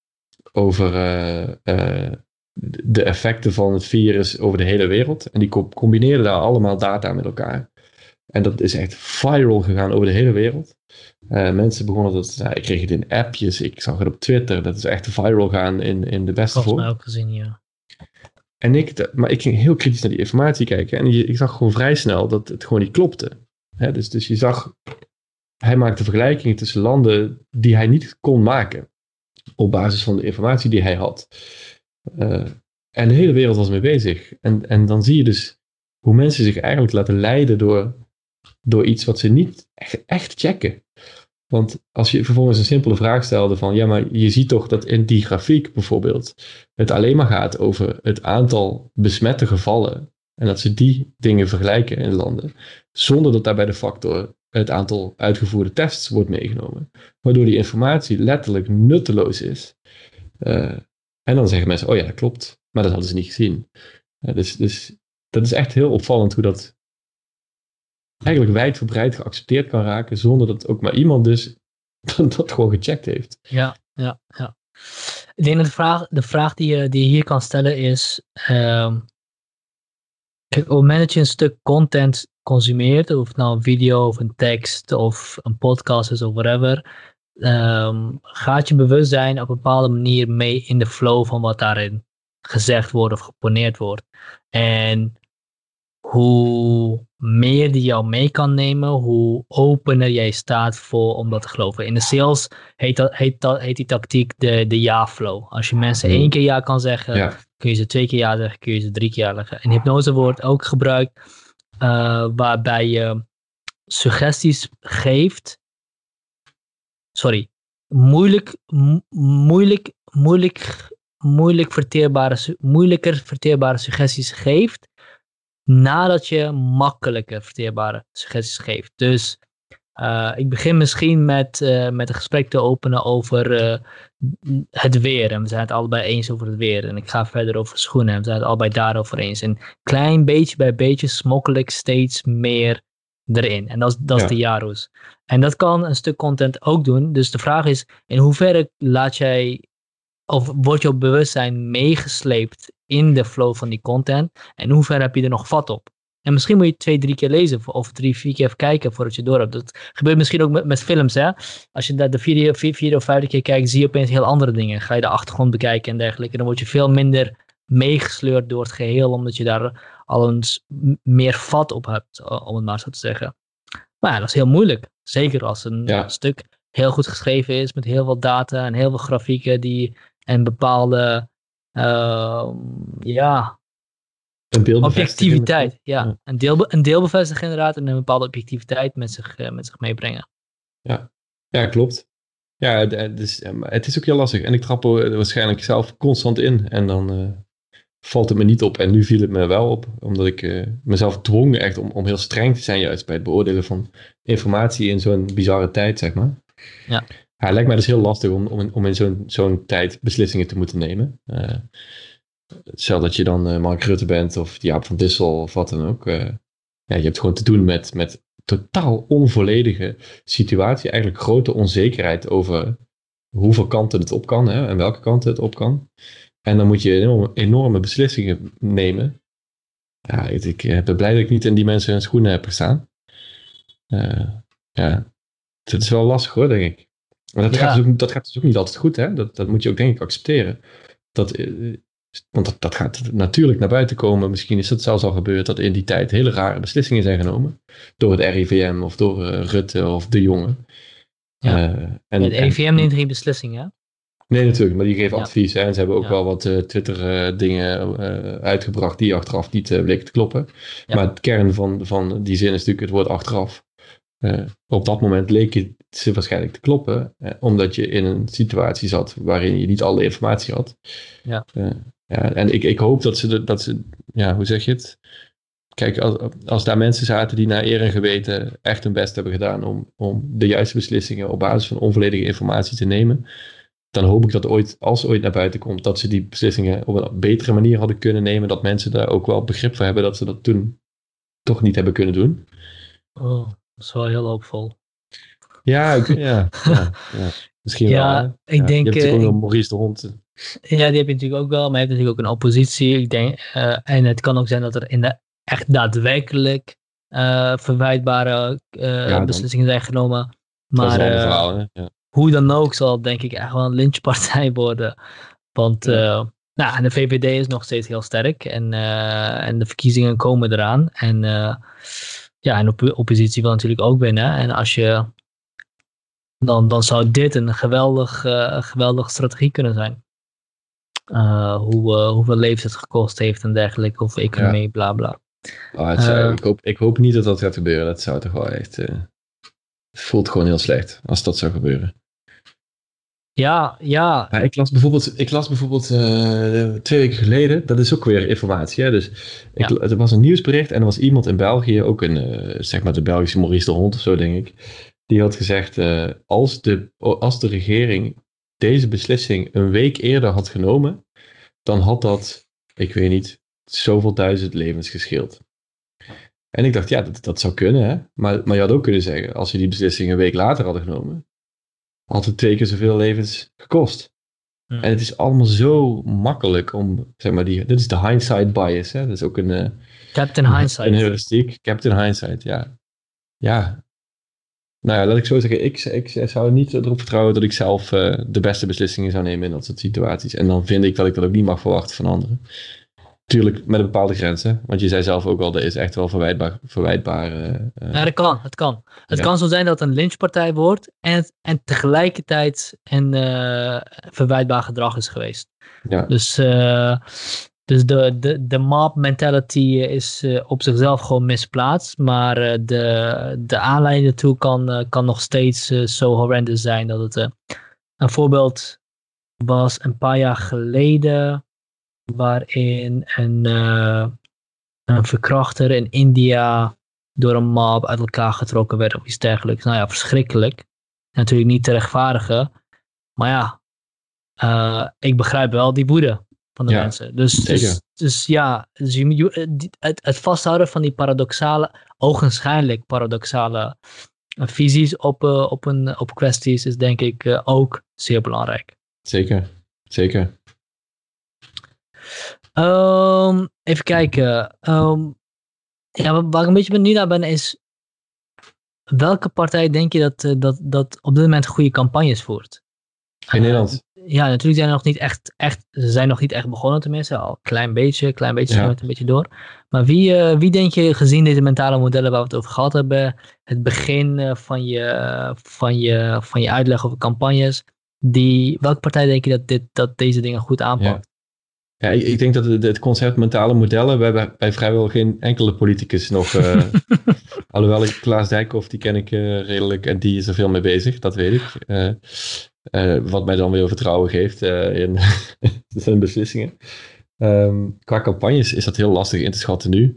over uh, uh, de effecten van het virus over de hele wereld. En die co- combineerde daar allemaal data met elkaar. En dat is echt viral gegaan over de hele wereld. Uh, mensen begonnen dat, nou, ik kreeg het in appjes, ik zag het op Twitter, dat is echt viral gaan in, in de beste vorm. Volgens mij ook gezien, ja. En ik, maar ik ging heel kritisch naar die informatie kijken. En je, ik zag gewoon vrij snel dat het gewoon niet klopte. Hè, dus, dus je zag, hij maakte vergelijkingen tussen landen die hij niet kon maken. Op basis van de informatie die hij had. Uh, en de hele wereld was mee bezig. En, en dan zie je dus hoe mensen zich eigenlijk laten leiden door, door iets wat ze niet echt, echt checken. Want als je vervolgens een simpele vraag stelde van, ja, maar je ziet toch dat in die grafiek bijvoorbeeld het alleen maar gaat over het aantal besmette gevallen en dat ze die dingen vergelijken in landen, zonder dat daarbij de factor het aantal uitgevoerde tests wordt meegenomen. Waardoor die informatie letterlijk nutteloos is. Uh, en dan zeggen mensen, oh ja, dat klopt, maar dat hadden ze niet gezien. Uh, dus, dus dat is echt heel opvallend hoe dat eigenlijk wijdverbreid geaccepteerd kan raken, zonder dat ook maar iemand dus dat gewoon gecheckt heeft. Ja, ja, ja. Ik denk dat de vraag, de vraag die, je, die je hier kan stellen is, um, kijk, op het moment dat je een stuk content consumeert, of het nou een video of een tekst of een podcast is of whatever, um, gaat je bewustzijn op een bepaalde manier mee in de flow van wat daarin gezegd wordt of geponeerd wordt. En hoe meer die jou mee kan nemen, hoe opener jij staat voor om dat te geloven. In de sales heet, dat, heet, dat, heet die tactiek de, de ja-flow. Als je mensen één keer ja kan zeggen, ja. kun je ze twee keer ja zeggen, kun je ze drie keer ja zeggen. En hypnose wordt ook gebruikt uh, waarbij je suggesties geeft. Sorry. Moeilijk, mo- moeilijk, moeilijk, moeilijk verteerbare, moeilijker verteerbare suggesties geeft, nadat je makkelijker verteerbare suggesties geeft. Dus uh, ik begin misschien met, uh, met een gesprek te openen over uh, het weer. En we zijn het allebei eens over het weer. En ik ga verder over schoenen. En we zijn het allebei daarover eens. En klein beetje bij beetje smokkel ik steeds meer erin. En dat is, dat is ja. de Jaro's. En dat kan een stuk content ook doen. Dus de vraag is, in hoeverre laat jij, of wordt jouw bewustzijn meegesleept in de flow van die content? En hoe ver heb je er nog vat op? En misschien moet je twee, drie keer lezen of drie, vier keer even kijken voordat je door hebt. Dat gebeurt misschien ook met, met films, hè. Als je de vierde, vierde, vierde of vijfde keer kijkt, zie je opeens heel andere dingen. Ga je de achtergrond bekijken en dergelijke. Dan word je veel minder meegesleurd door het geheel, omdat je daar al eens meer vat op hebt, om het maar zo te zeggen. Maar ja, dat is heel moeilijk. Zeker als een Ja. stuk heel goed geschreven is met heel veel data en heel veel grafieken die en bepaalde uh, ja, Een beeld objectiviteit. Ja. ja. Een, deel, een deel bevestigen inderdaad en een bepaalde objectiviteit met zich, uh, met zich meebrengen. Ja, ja klopt. Ja, het is, het is ook heel lastig. En ik trap er waarschijnlijk zelf constant in. En dan uh, valt het me niet op. En nu viel het me wel op. Omdat ik uh, mezelf dwong echt om, om heel streng te zijn juist bij het beoordelen van informatie in zo'n bizarre tijd, zeg maar. Ja. Ja, het lijkt mij dus heel lastig om, om in, om in zo'n, zo'n tijd beslissingen te moeten nemen. Uh, stel dat je dan uh, Mark Rutte bent of Jaap van Dissel of wat dan ook. Uh, ja, je hebt gewoon te doen met... met totaal onvolledige situatie. Eigenlijk grote onzekerheid over hoeveel kanten het op kan. Hè, en welke kanten het op kan. En dan moet je enorme, enorme beslissingen nemen. Ja, ik, ik ben blij dat ik niet in die mensen hun schoenen heb gestaan. Uh, ja, het is wel lastig hoor, denk ik. Maar dat, ja. gaat, dus ook, dat gaat dus ook niet altijd goed. Hè? Dat, dat moet je ook denk ik accepteren. Dat... Uh, Want dat, dat gaat natuurlijk naar buiten komen. Misschien is het zelfs al gebeurd dat in die tijd hele rare beslissingen zijn genomen. Door het R I V M of door uh, Rutte of de Jonge. Ja. Uh, en, het R I V M neemt geen beslissingen, hè? Nee, natuurlijk. Maar die geven ja. advies. Hè, en ze hebben ook ja. wel wat uh, Twitter uh, dingen uh, uitgebracht die achteraf niet uh, bleken te kloppen. Ja. Maar het kern van, van die zin is natuurlijk het woord achteraf. Uh, op dat moment leek het ze waarschijnlijk te kloppen. Uh, omdat je in een situatie zat waarin je niet alle informatie had. Ja. Uh, Ja, en ik, ik hoop dat ze, dat ze, ja, hoe zeg je het? Kijk, als, als daar mensen zaten die naar eer en geweten echt hun best hebben gedaan om, om de juiste beslissingen op basis van onvolledige informatie te nemen, dan hoop ik dat ooit, als ooit naar buiten komt, dat ze die beslissingen op een betere manier hadden kunnen nemen, dat mensen daar ook wel begrip voor hebben dat ze dat toen toch niet hebben kunnen doen. Oh, dat is wel heel hoopvol. Ja, ik, ja, ja, ja, misschien ja, wel. Hè? Ik ja, denk, je hebt ook uh, nog Maurice de Hond. Ja, die heb je natuurlijk ook wel, maar je hebt natuurlijk ook een oppositie. Ik denk, uh, en het kan ook zijn dat er in de echt daadwerkelijk uh, verwijtbare uh, ja, beslissingen zijn genomen. Maar uh, verhaal, ja. hoe dan ook zal het denk ik echt wel een lynchpartij worden. Want uh, ja. nou, de V V D is nog steeds heel sterk en, uh, en de verkiezingen komen eraan. En, uh, ja, en de oppositie wil natuurlijk ook winnen. En als je, dan, dan zou dit een geweldig, uh, geweldige strategie kunnen zijn. Uh, hoe, uh, hoeveel levens het gekost heeft en dergelijke, of economie, ja. bla bla. Oh, het zou, uh, ik, hoop, ik hoop niet dat dat gaat gebeuren. Dat zou toch wel echt... Uh, het voelt gewoon heel slecht als dat zou gebeuren. Ja, ja. Maar ik las bijvoorbeeld, ik las bijvoorbeeld uh, twee weken geleden, dat is ook weer informatie. Hè? Dus ik, ja. Er was een nieuwsbericht en er was iemand in België, ook een, uh, zeg maar de Belgische Maurice de Hond of zo denk ik, die had gezegd, uh, als, de, als de regering deze beslissing een week eerder had genomen, dan had dat, ik weet niet, zoveel duizend levens gescheeld. En ik dacht, ja, dat, dat zou kunnen, hè. Maar, maar je had ook kunnen zeggen, als je die beslissing een week later hadden genomen, had het twee keer zoveel levens gekost. Hmm. En het is allemaal zo makkelijk om, zeg maar, die, dit is de hindsight bias, hè. Dat is ook een... Uh, Captain Hindsight. Een heuristiek, Captain Hindsight, ja. Ja. Nou ja, laat ik zo zeggen, ik, ik zou niet erop vertrouwen dat ik zelf uh, de beste beslissingen zou nemen in dat soort situaties. En dan vind ik dat ik dat ook niet mag verwachten van anderen. Tuurlijk met een bepaalde grenzen, want je zei zelf ook al, dat is echt wel verwijtbaar. verwijtbaar uh, ja, dat kan, het kan. Het ja. kan zo zijn dat het een lynchpartij wordt en, en tegelijkertijd een uh, verwijtbaar gedrag is geweest. Ja. Dus, uh, dus de, de, de mob mentality is uh, op zichzelf gewoon misplaatst, maar uh, de, de aanleiding ertoe kan, uh, kan nog steeds uh, zo horrendous zijn dat het... Uh, een voorbeeld was een paar jaar geleden waarin een, uh, een verkrachter in India door een mob uit elkaar getrokken werd of iets dergelijks. Nou ja, verschrikkelijk. Natuurlijk niet te rechtvaardigen. Maar ja, uh, ik begrijp wel die woede van de ja, mensen. Dus, dus, dus ja, dus je, je, het, het vasthouden van die paradoxale, ogenschijnlijk paradoxale uh, visies op, uh, op, een, op kwesties is denk ik uh, ook zeer belangrijk. Zeker, zeker. Um, even kijken. Um, ja, waar ik een beetje benieuwd naar ben is, welke partij denk je dat, uh, dat, dat op dit moment goede campagnes voert? In Nederland? Uh, ja, natuurlijk zijn er nog niet echt, echt, ze zijn nog niet echt begonnen tenminste, al een klein beetje, klein beetje, ja. het een beetje door. Maar wie, uh, wie denk je, gezien deze mentale modellen waar we het over gehad hebben, het begin uh, van, je, van, je, van je uitleg over campagnes, die, welke partij denk je dat, dit, dat deze dingen goed aanpakt? Ja, ja ik, ik denk dat het, het concept mentale modellen, we hebben bij vrijwel geen enkele politicus nog, uh, alhoewel ik Klaas Dijkhoff, die ken ik uh, redelijk en die is er veel mee bezig, dat weet ik. Uh, Uh, wat mij dan weer vertrouwen geeft uh, in zijn beslissingen. Um, qua campagnes is dat heel lastig in te schatten nu.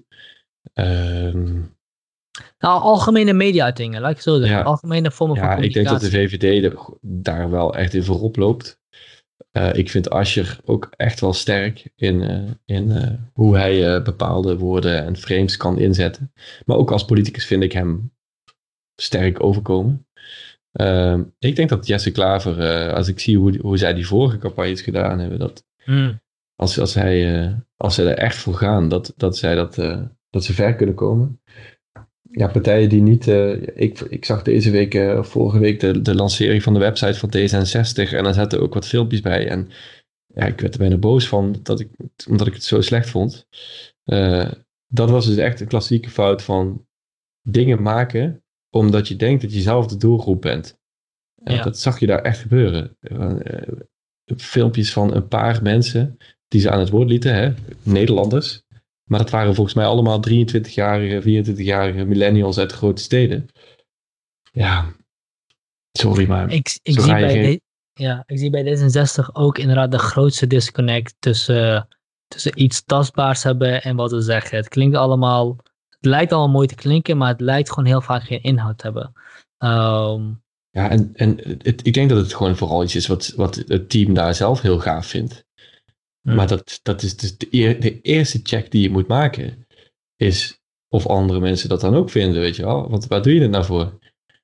Um, nou, algemene media-uitingen, laat ik zo zeggen. Ja, algemene vormen ja, van communicatie. Ik denk dat de V V D de, daar wel echt in voorop loopt. Uh, ik vind Asscher ook echt wel sterk in, uh, in uh, hoe hij uh, bepaalde woorden en frames kan inzetten. Maar ook als politicus vind ik hem sterk overkomen. Uh, ik denk dat Jesse Klaver, uh, als ik zie hoe, hoe zij die vorige campagnes gedaan hebben, dat mm. als, als, hij, uh, als zij er echt voor gaan, dat, dat, zij dat, uh, dat ze ver kunnen komen. Ja, partijen die niet... Uh, ik, ik zag deze week, uh, vorige week, de, de lancering van de website van D zesenzestig en daar zaten ook wat filmpjes bij. En ja, ik werd er bijna boos van, dat ik, omdat ik het zo slecht vond. Uh, dat was dus echt een klassieke fout van dingen maken omdat je denkt dat je zelf de doelgroep bent. En ja. Dat zag je daar echt gebeuren. Uh, filmpjes van een paar mensen die ze aan het woord lieten, hè? Nederlanders. Maar dat waren volgens mij allemaal drieëntwintigjarige, vierentwintigjarige millennials uit de grote steden. Ja, sorry maar. Ik, ik, zie, bij geen... de, ja, ik zie bij D zesenzestig ook inderdaad de grootste disconnect tussen, tussen iets tastbaars hebben en wat we zeggen. Het klinkt allemaal... Het lijkt allemaal mooi te klinken, maar het lijkt gewoon heel vaak geen inhoud te hebben. Um, ja, en, en het, ik denk dat het gewoon vooral iets is wat, wat het team daar zelf heel gaaf vindt. Hmm. Maar dat, dat is dus de, eer, de eerste check die je moet maken, is of andere mensen dat dan ook vinden, weet je wel. Want waar doe je het nou voor?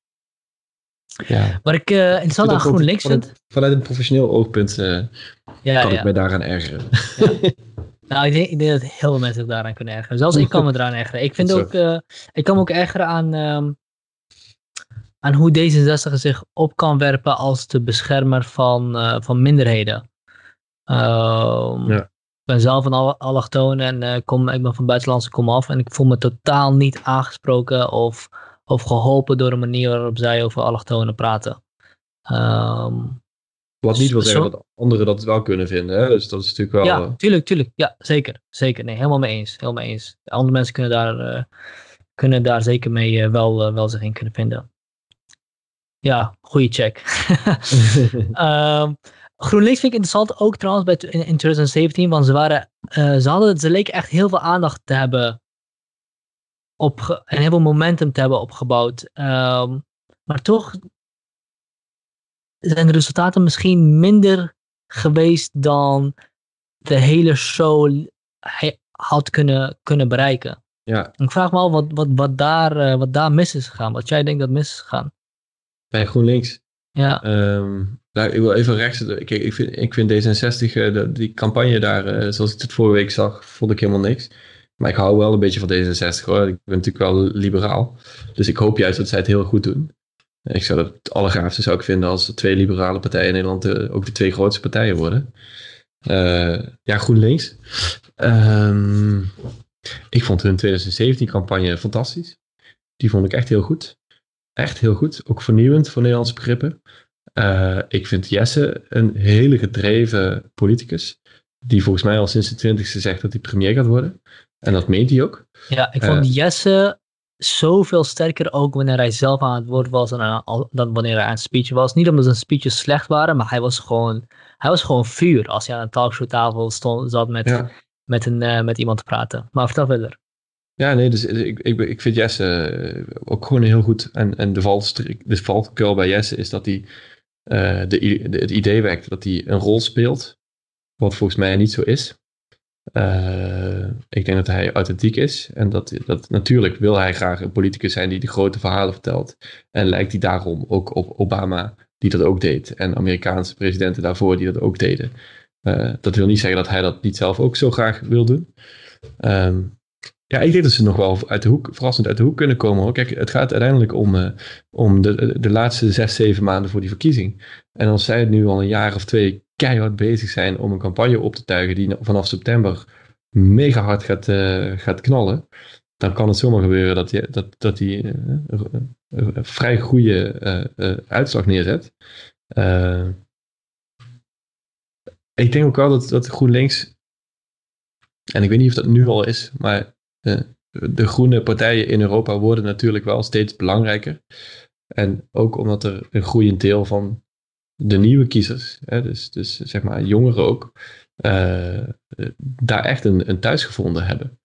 Ja. Wat ik uh, interessant aan GroenLinks vind... Vanuit, vanuit een professioneel oogpunt uh, ja, kan ja. ik mij daaraan ergeren. Ja. Nou, ik denk, ik denk dat heel veel mensen zich daaraan kunnen ergeren. Zelfs ik kan me eraan ergeren. Ik vind ook, uh, ik kan me ook ergeren aan, um, aan hoe D zesenzestig zich op kan werpen als de beschermer van, uh, van minderheden. Um, ja. Ik ben zelf een al- allochtoon en uh, kom, ik ben van buitenlandse komaf en ik voel me totaal niet aangesproken of, of geholpen door de manier waarop zij over allochtonen praten. Um, Wat niet wil zeggen dat anderen dat wel kunnen vinden. Hè? Dus dat is natuurlijk wel... Ja, tuurlijk, tuurlijk. Ja, zeker. Zeker. Nee, helemaal mee eens. Helemaal mee eens. Andere mensen kunnen daar, uh, kunnen daar zeker mee uh, wel, uh, wel zich in kunnen vinden. Ja, goede check. um, GroenLinks vind ik interessant. Ook trouwens bij, in, in twintig zeventien. Want ze waren... Uh, ze, hadden, ze leken echt heel veel aandacht te hebben. Opge- en heel veel momentum te hebben opgebouwd. Um, maar toch... zijn de resultaten misschien minder geweest dan de hele show had kunnen, kunnen bereiken. Ja. Ik vraag me af wat, wat, wat, daar, uh, wat daar mis is gegaan. Wat jij denkt dat mis is gegaan. Bij GroenLinks? Ja. Um, nou, ik wil even rechts... Kijk, ik vind, ik vind D zesenzestig, uh, de, die campagne daar, uh, zoals ik het vorige week zag, vond ik helemaal niks. Maar ik hou wel een beetje van D zesenzestig hoor. Ik ben natuurlijk wel liberaal. Dus ik hoop juist dat zij het heel goed doen. Ik zou dat het allergaafste zou ik vinden als de twee liberale partijen in Nederland de, ook de twee grootste partijen worden. Uh, ja, GroenLinks. Um, ik vond hun twintig zeventien campagne fantastisch. Die vond ik echt heel goed. Echt heel goed. Ook vernieuwend voor Nederlandse begrippen. Uh, ik vind Jesse een hele gedreven politicus. Die volgens mij al sinds de twintigste zegt dat hij premier gaat worden. En dat meent hij ook. Ja, ik vond uh, Jesse... zoveel sterker ook wanneer hij zelf aan het woord was dan, dan wanneer hij aan het speechen was. Niet omdat zijn speeches slecht waren, maar hij was gewoon, hij was gewoon vuur als hij aan een talkshowtafel stond, zat met, ja. met, een, uh, met iemand te praten. Maar vertel verder. Ja, nee, dus ik, ik, ik vind Jesse uh, ook gewoon heel goed. En, en de, valstrik, de valkuil bij Jesse is dat hij uh, de, de, het idee wekt dat hij een rol speelt, wat volgens mij niet zo is. Uh, ik denk dat hij authentiek is en dat, dat natuurlijk wil hij graag een politicus zijn die de grote verhalen vertelt en lijkt hij daarom ook op Obama die dat ook deed en Amerikaanse presidenten daarvoor die dat ook deden. Uh, dat wil niet zeggen dat hij dat niet zelf ook zo graag wil doen. Um, ja, ik denk dat ze nog wel uit de hoek, verrassend uit de hoek kunnen komen hoor. Kijk, het gaat uiteindelijk om, uh, om de, de laatste zes, zeven maanden voor die verkiezing. En als zij het nu al een jaar of twee keihard bezig zijn om een campagne op te tuigen die vanaf september mega hard gaat, uh, gaat knallen, dan kan het zomaar gebeuren dat die, dat, dat die uh, een, een vrij goede uh, uh, uitslag neerzet. Uh, ik denk ook wel dat, dat GroenLinks, en ik weet niet of dat nu al is, maar uh, de groene partijen in Europa worden natuurlijk wel steeds belangrijker. En ook omdat er een groeiend deel van de nieuwe kiezers, hè, dus, dus zeg maar jongeren ook, uh, daar echt een, een thuis gevonden hebben.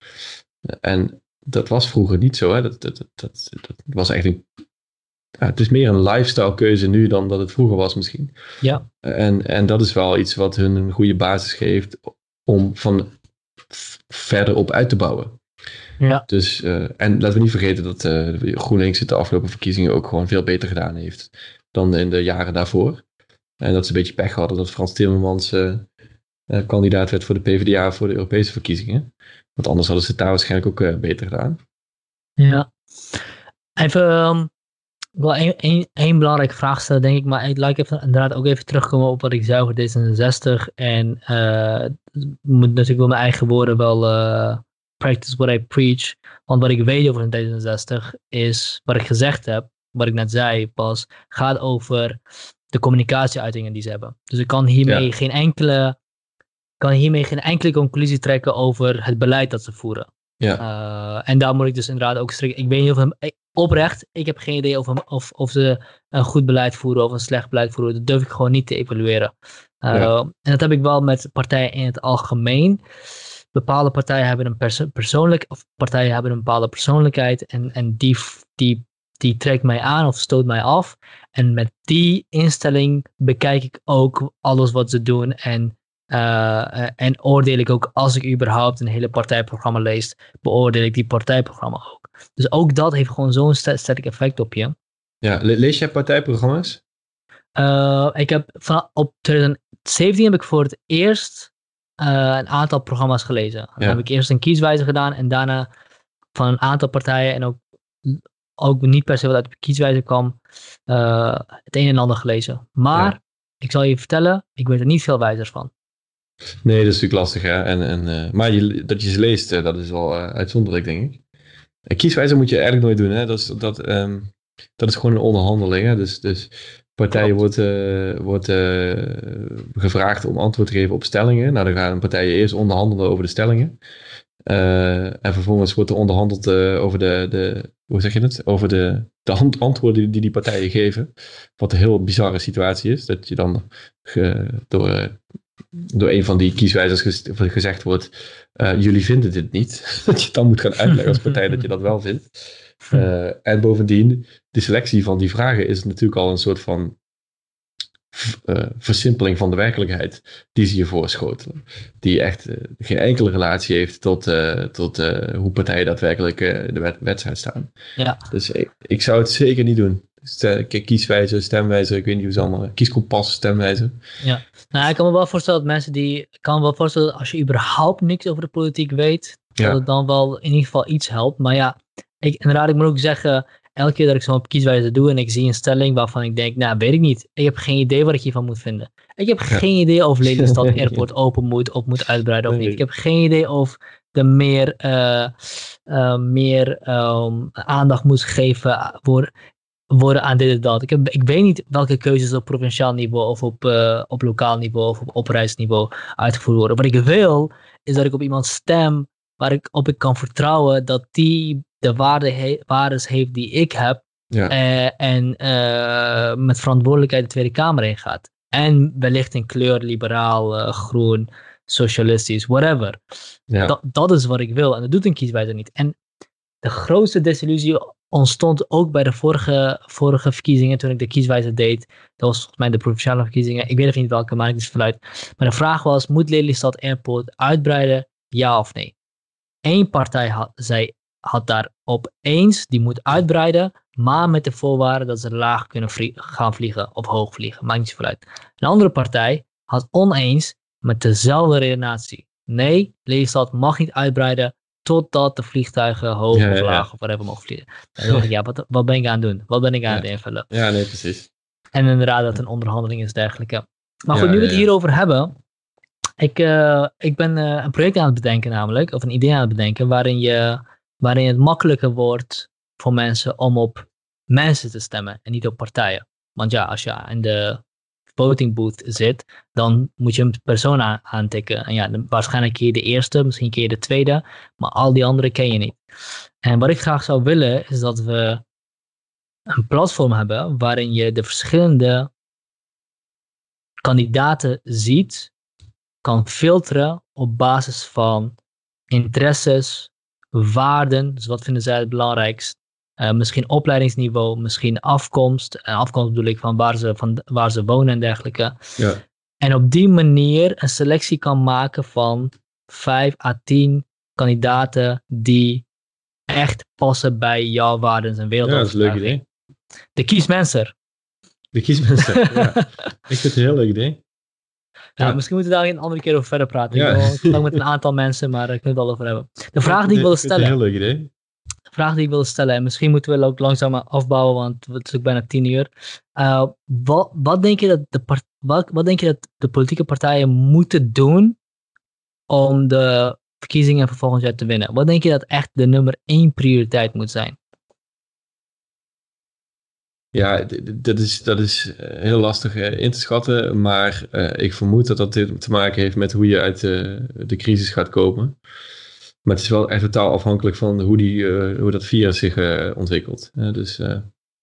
En dat was vroeger niet zo. Hè. Dat, dat, dat, dat, dat was echt een, ja, het is meer een lifestyle keuze nu dan dat het vroeger was misschien. Ja. En, en dat is wel iets wat hun een goede basis geeft om van f- verder op uit te bouwen. Ja. Dus, uh, en laten we niet vergeten dat uh, GroenLinks het de afgelopen verkiezingen ook gewoon veel beter gedaan heeft dan in de jaren daarvoor. En dat ze een beetje pech hadden dat Frans Timmermans uh, uh, kandidaat werd voor de P v d A voor de Europese verkiezingen. Want anders hadden ze het daar waarschijnlijk ook uh, beter gedaan. Ja. Even um, wel één belangrijke vraag stellen, denk ik. Maar ik laat even inderdaad ook even terugkomen op wat ik zei over D zesenzestig. En uh, moet natuurlijk wel mijn eigen woorden wel uh, practice what I preach. Want wat ik weet over D zesenzestig is, wat ik gezegd heb, wat ik net zei pas, gaat over de communicatieuitingen die ze hebben. Dus ik kan hiermee ja. geen enkele kan hiermee geen enkele conclusie trekken over het beleid dat ze voeren. Ja. Uh, en daar moet ik dus inderdaad ook strikken. Ik weet niet of hem, oprecht, ik heb geen idee of, hem, of, of ze een goed beleid voeren of een slecht beleid voeren. Dat durf ik gewoon niet te evalueren. Uh, ja. En dat heb ik wel met partijen in het algemeen. Bepaalde partijen hebben een perso- persoonlijk, of partijen hebben een bepaalde persoonlijkheid en, en die, die, die trekt mij aan of stoot mij af. En met die instelling bekijk ik ook alles wat ze doen en Uh, en oordeel ik ook, als ik überhaupt een hele partijprogramma lees, beoordeel ik die partijprogramma ook. Dus ook dat heeft gewoon zo'n st- sterk effect op je. Ja, le- lees jij partijprogramma's? Uh, ik heb van, op twintig zeventien heb ik voor het eerst uh, een aantal programma's gelezen. Dan ja. heb ik eerst een kieswijzer gedaan en daarna van een aantal partijen en ook, ook niet per se wat uit de kieswijzer kwam, uh, het een en ander gelezen. Maar, ja. ik zal je vertellen, ik weet er niet veel wijzer van. Nee, dat is natuurlijk lastig. Hè? En, en, uh, maar je, dat je ze leest, uh, dat is wel uh, uitzonderlijk, denk ik. En kieswijzer moet je eigenlijk nooit doen. Hè? Dat, is, dat, um, dat is gewoon een onderhandeling. Hè? Dus, dus partijen wordt, uh, wordt uh, gevraagd om antwoord te geven op stellingen. Nou, dan gaan partijen eerst onderhandelen over de stellingen. Uh, en vervolgens wordt er onderhandeld uh, over de, de, hoe zeg je het? Over de, de antwoorden die die partijen geven. Wat een heel bizarre situatie is. Dat je dan ge, door... Uh, door een van die kieswijzers gez- gezegd wordt, uh, jullie vinden dit niet. Dat je het dan moet gaan uitleggen als partij dat je dat wel vindt. Uh, en bovendien, de selectie van die vragen is natuurlijk al een soort van uh, versimpeling van de werkelijkheid die ze je voorschotelen. Die echt uh, geen enkele relatie heeft tot, uh, tot uh, hoe partijen daadwerkelijk uh, in de wet- wedstrijd staan. Ja. Dus ik, ik zou het zeker niet doen. Kieswijzer, stemwijzer, ik weet niet hoe ze allemaal, kieskompas, stemwijzer. Ja, nou, ik kan me wel voorstellen dat mensen die, ik kan me wel voorstellen dat als je überhaupt niks over de politiek weet, dat ja. het dan wel in ieder geval iets helpt. Maar ja, ik, inderdaad, ik moet ook zeggen, elke keer dat ik zo'n kieswijzer doe en ik zie een stelling waarvan ik denk, nou, weet ik niet. Ik heb geen idee wat ik hiervan moet vinden. Ik heb ja. geen idee of Lelystad Airport open moet of moet uitbreiden of nee. niet. Ik heb geen idee of er meer, uh, uh, meer um, aandacht moet gegeven voor... worden aan dit en dat. Ik, heb, ik weet niet welke keuzes op provinciaal niveau of op, uh, op lokaal niveau of op oprijsniveau uitgevoerd worden. Wat ik wil, is dat ik op iemand stem waar ik op ik kan vertrouwen dat die de waarde he- waardes heeft die ik heb ja. uh, en uh, met verantwoordelijkheid de Tweede Kamer in gaat. En wellicht in kleur, liberaal, uh, groen, socialistisch, whatever. Ja. Dat, dat is wat ik wil en dat doet een kieswijzer niet. En de grootste desillusie ontstond ook bij de vorige, vorige verkiezingen toen ik de kieswijzer deed. Dat was volgens mij de provinciale verkiezingen. Ik weet nog niet welke, maak ik dus vanuit. Maar de vraag was, moet Lelystad Airport uitbreiden? Ja of nee? Eén partij had, zei, had daarop eens, die moet uitbreiden, maar met de voorwaarde dat ze laag kunnen vlie- gaan vliegen of hoog vliegen. Maakt niet zoveel uit. Een andere partij had oneens met dezelfde redenatie. Nee, Lelystad mag niet uitbreiden totdat de vliegtuigen hoog ja, of laag ja. of whatever mogen vliegen. En dan dacht ik, ja, wat, wat ben ik aan het doen? Wat ben ik aan ja. het invullen? Ja, nee, precies. En inderdaad dat een onderhandeling is dergelijke. Maar goed, Ja, nu we ja, het ja. hierover hebben. Ik, uh, ik ben uh, een project aan het bedenken namelijk. Of een idee aan het bedenken. Waarin, je, waarin het makkelijker wordt voor mensen om op mensen te stemmen. En niet op partijen. Want ja, als je in de voting booth zit. Dan moet je een persoon aan, aantikken. En ja, dan, waarschijnlijk ken je de eerste. Misschien ken je de tweede. Maar al die andere ken je niet. En wat ik graag zou willen. Is dat we een platform hebben. Waarin je de verschillende kandidaten ziet, kan filteren op basis van interesses, waarden, dus wat vinden zij het belangrijkst, uh, misschien opleidingsniveau, misschien afkomst, en afkomst bedoel ik van waar ze, van waar ze wonen en dergelijke. Ja. En op die manier een selectie kan maken van vijf à tien kandidaten die echt passen bij jouw waarden en wereldovertuiging. Ja, dat is een leuk idee. De kiesmenser. De kiesmensen, ja. Ik vind het een heel leuk idee. Ja, Ja. misschien moeten we daar een andere keer over verder praten. Ja. Ik wil contact met een aantal mensen, maar daar kunnen we het al over hebben. De vraag die ik wilde stellen. Ik vind het een heel leuk idee. De vraag die ik wilde stellen, en misschien moeten we ook langzaam afbouwen, want het is ook bijna tien uur. Uh, wat, wat, denk je dat de part, wat, wat denk je dat de politieke partijen moeten doen om de verkiezingen van volgend jaar te winnen? Wat denk je dat echt de nummer één prioriteit moet zijn? Ja, dat is, dat is heel lastig in te schatten, maar uh, ik vermoed dat dat te maken heeft met hoe je uit de, de crisis gaat komen. Maar het is wel echt totaal afhankelijk van hoe, die, uh, hoe dat virus zich uh, ontwikkelt. Uh, dus uh,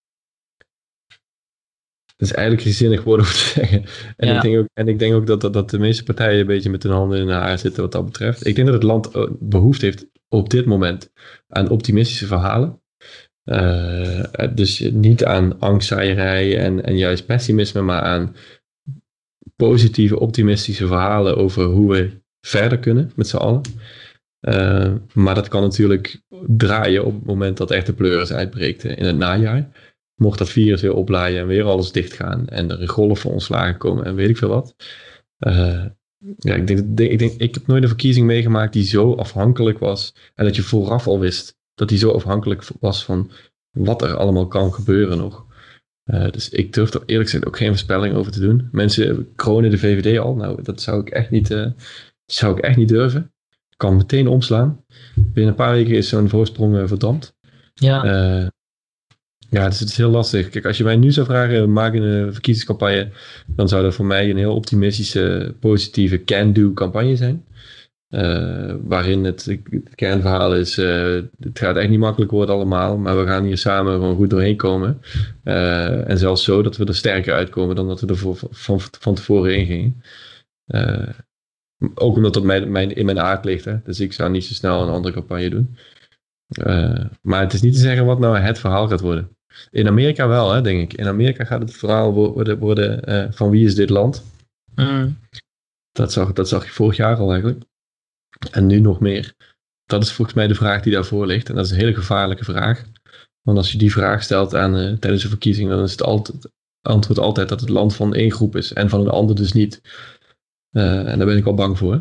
dat is eigenlijk zinnig woorden om te zeggen. En, ja. ik, denk ook, en ik denk ook dat, dat, dat de meeste partijen een beetje met hun handen in de haar zitten wat dat betreft. Ik denk dat het land behoefte heeft op dit moment aan optimistische verhalen. Uh, dus niet aan angstzaaierij en, en juist pessimisme, maar aan positieve, optimistische verhalen over hoe we verder kunnen met z'n allen. Uh, maar dat kan natuurlijk draaien op het moment dat echt de pleuris uitbreekt in het najaar. Mocht dat virus weer oplaaien en weer alles dichtgaan en er een golf van ontslagen komen en weet ik veel wat. Uh, ja, ik, denk, ik, denk, ik heb nooit een verkiezing meegemaakt die zo afhankelijk was en dat je vooraf al wist dat die zo afhankelijk was van wat er allemaal kan gebeuren nog. Uh, dus ik durf er eerlijk gezegd ook geen voorspelling over te doen. Mensen kronen de V V D al. Nou, dat zou ik echt niet, uh, zou ik echt niet durven. Kan meteen omslaan. Binnen een paar weken is zo'n voorsprong uh, verdampt. Ja. Uh, ja, dus het is heel lastig. Kijk, als je mij nu zou vragen, maak een verkiezingscampagne, dan zou dat voor mij een heel optimistische, positieve can-do campagne zijn. Uh, waarin het, het kernverhaal is, uh, het gaat echt niet makkelijk worden allemaal, maar we gaan hier samen gewoon goed doorheen komen. Uh, en zelfs zo dat we er sterker uitkomen dan dat we er voor, van, van tevoren in gingen. Uh, ook omdat dat mijn, mijn, in mijn aard ligt, hè? Dus ik zou niet zo snel een andere campagne doen. Uh, maar het is niet te zeggen wat nou het verhaal gaat worden. In Amerika wel, hè, denk ik. In Amerika gaat het verhaal worden, worden uh, van wie is dit land? Mm. Dat zag, dat zag je vorig jaar al eigenlijk. En nu nog meer. Dat is volgens mij de vraag die daarvoor ligt. En dat is een hele gevaarlijke vraag. Want als je die vraag stelt aan, uh, tijdens een verkiezing, dan is het altijd, antwoord altijd dat het land van één groep is. En van een ander dus niet. Uh, en daar ben ik al bang voor.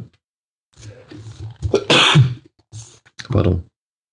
Pardon.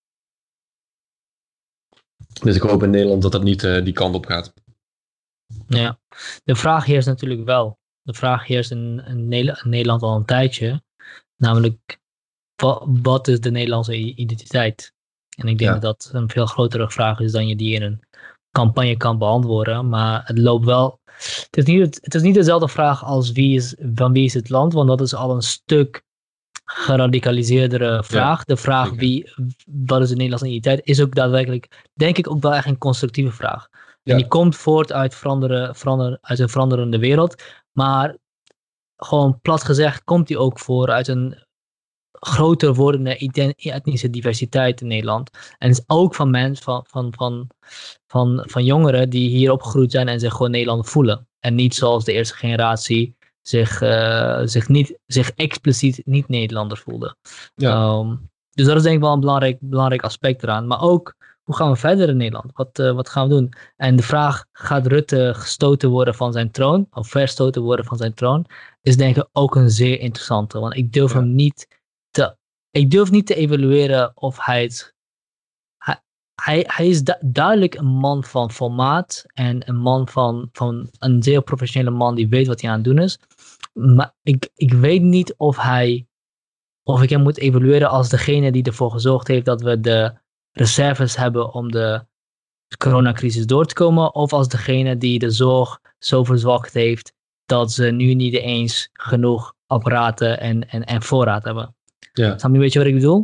Dus ik hoop in Nederland dat dat niet uh, die kant op gaat. Ja, de vraag heerst natuurlijk wel. De vraag heerst in, in Nederland al een tijdje. Namelijk, wat, wat is de Nederlandse identiteit? En ik denk ja. dat dat een veel grotere vraag is dan je die in een campagne kan beantwoorden. Maar het loopt wel... Het is niet, het is niet dezelfde vraag als wie is, van wie is het land, want dat is al een stuk geradicaliseerdere vraag. Ja, de vraag zeker. wie, wat is de Nederlandse identiteit, is ook daadwerkelijk, denk ik, ook wel echt een constructieve vraag. Ja. En die komt voort uit, veranderen, verander, uit een veranderende wereld. Maar gewoon plat gezegd komt die ook voor uit een groter wordende etnische diversiteit in Nederland. En het is ook van mensen, van, van, van, van, van jongeren die hier opgegroeid zijn en zich gewoon Nederlander voelen. En niet zoals de eerste generatie zich, uh, zich, niet, zich expliciet niet Nederlander voelde. Ja. Um, dus dat is denk ik wel een belangrijk, belangrijk aspect eraan. Maar ook, hoe gaan we verder in Nederland? Wat, uh, wat gaan we doen? En de vraag, gaat Rutte gestoten worden van zijn troon? Of verstoten worden van zijn troon? Is denk ik ook een zeer interessante. Want ik durf ja. hem niet te... Ik durf niet te evalueren of hij het... Hij, hij, hij is du- duidelijk een man van formaat en een man van, van een zeer professionele man die weet wat hij aan het doen is. Maar ik, ik weet niet of hij, of ik hem moet evalueren als degene die ervoor gezorgd heeft dat we de reserves hebben om de coronacrisis door te komen, of als degene die de zorg zo verzwakt heeft dat ze nu niet eens genoeg apparaten en, en, en voorraad hebben. Ja. Snap je een beetje wat ik bedoel?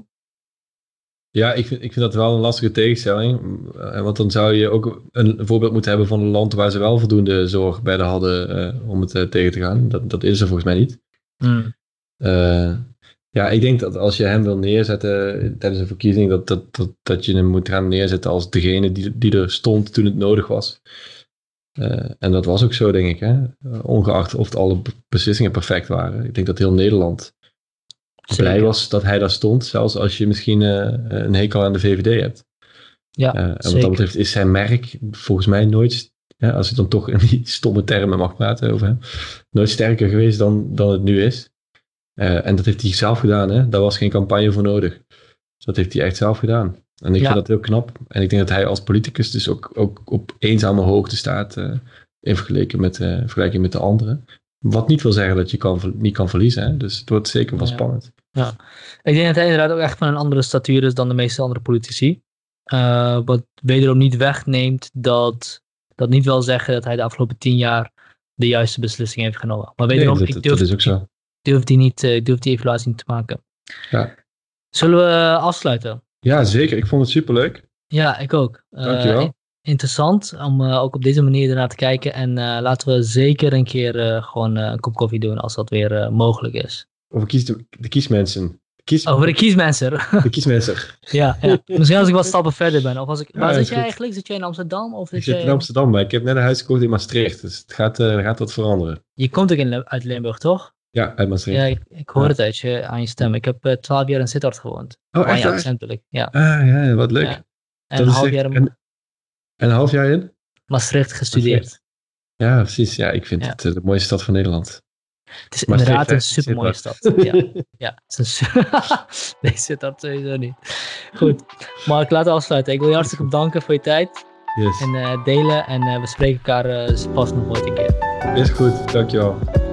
Ja, ik vind, ik vind dat wel een lastige tegenstelling. Want dan zou je ook een voorbeeld moeten hebben van een land waar ze wel voldoende zorg bij de hadden uh, om het uh, tegen te gaan. Dat, dat is er volgens mij niet. Mm. Uh, ja, ik denk dat als je hem wil neerzetten tijdens een verkiezing, dat, dat, dat, dat je hem moet gaan neerzetten als degene die, die er stond toen het nodig was. Uh, en dat was ook zo, denk ik. Hè? Ongeacht of alle beslissingen perfect waren. Ik denk dat heel Nederland Zeker. blij was dat hij daar stond, zelfs als je misschien uh, een hekel aan de V V D hebt. Ja, uh, en wat zeker. dat betreft is zijn merk volgens mij nooit, ja, als je dan toch in die stomme termen mag praten over hem, nooit sterker geweest dan, dan het nu is. Uh, en dat heeft hij zelf gedaan, hè? Daar was geen campagne voor nodig. Dus dat heeft hij echt zelf gedaan. En ik ja. vind dat heel knap. En ik denk dat hij als politicus dus ook, ook op eenzame hoogte staat uh, in vergelijking met, uh, vergelijking met de anderen. Wat niet wil zeggen dat je kan, niet kan verliezen. Hè? Dus het wordt zeker wel ja. spannend. Ja. Ik denk dat hij inderdaad ook echt van een andere statuur is dan de meeste andere politici. Uh, wat wederom niet wegneemt dat dat niet wil zeggen dat hij de afgelopen tien jaar de juiste beslissing heeft genomen. Maar wederom, nee, dat, ik durf, dat is ook zo. durf die niet, uh, durf die evaluatie niet te maken. Ja. Zullen we afsluiten? Ja, zeker. Ik vond het superleuk. Ja, ik ook. Uh, Dankjewel. Interessant om uh, ook op deze manier ernaar te kijken. En uh, laten we zeker een keer uh, gewoon uh, een kop koffie doen als dat weer uh, mogelijk is. Over kies de, de kiesmensen. De kies... Over de kiesmenser. De kiesmenser. ja, ja, misschien als ik wat stappen verder ben. Of als ik... ja, waar zit jij eigenlijk? Zit jij in Amsterdam? Of ik zit zit in Amsterdam, maar ik heb net een huis gekocht in Maastricht. Dus het gaat, uh, gaat wat veranderen. Je komt ook in, uit Limburg, toch? Ja, uit Maastricht. Ja, ik, ik hoor ja. het uit je, aan je stem. Ik heb twaalf uh, jaar in Sittard gewoond. Oh, echt? Aan je accent wil ik. Ja. Ah, ja, wat leuk. Ja. En, een half, jaar in... en, en een half jaar in? Maastricht gestudeerd. Maastricht. Ja, precies. Ja, ik vind ja. het uh, de mooiste stad van Nederland. Het is Maastricht, inderdaad een supermooie stad. Ja, ja. Het is een nee, Sittard sowieso niet. Goed, Mark, laten we afsluiten. Ik wil je hartstikke bedanken voor je tijd. Yes. En uh, delen. En uh, we spreken elkaar uh, vast nog ooit een keer. Is goed, dankjewel.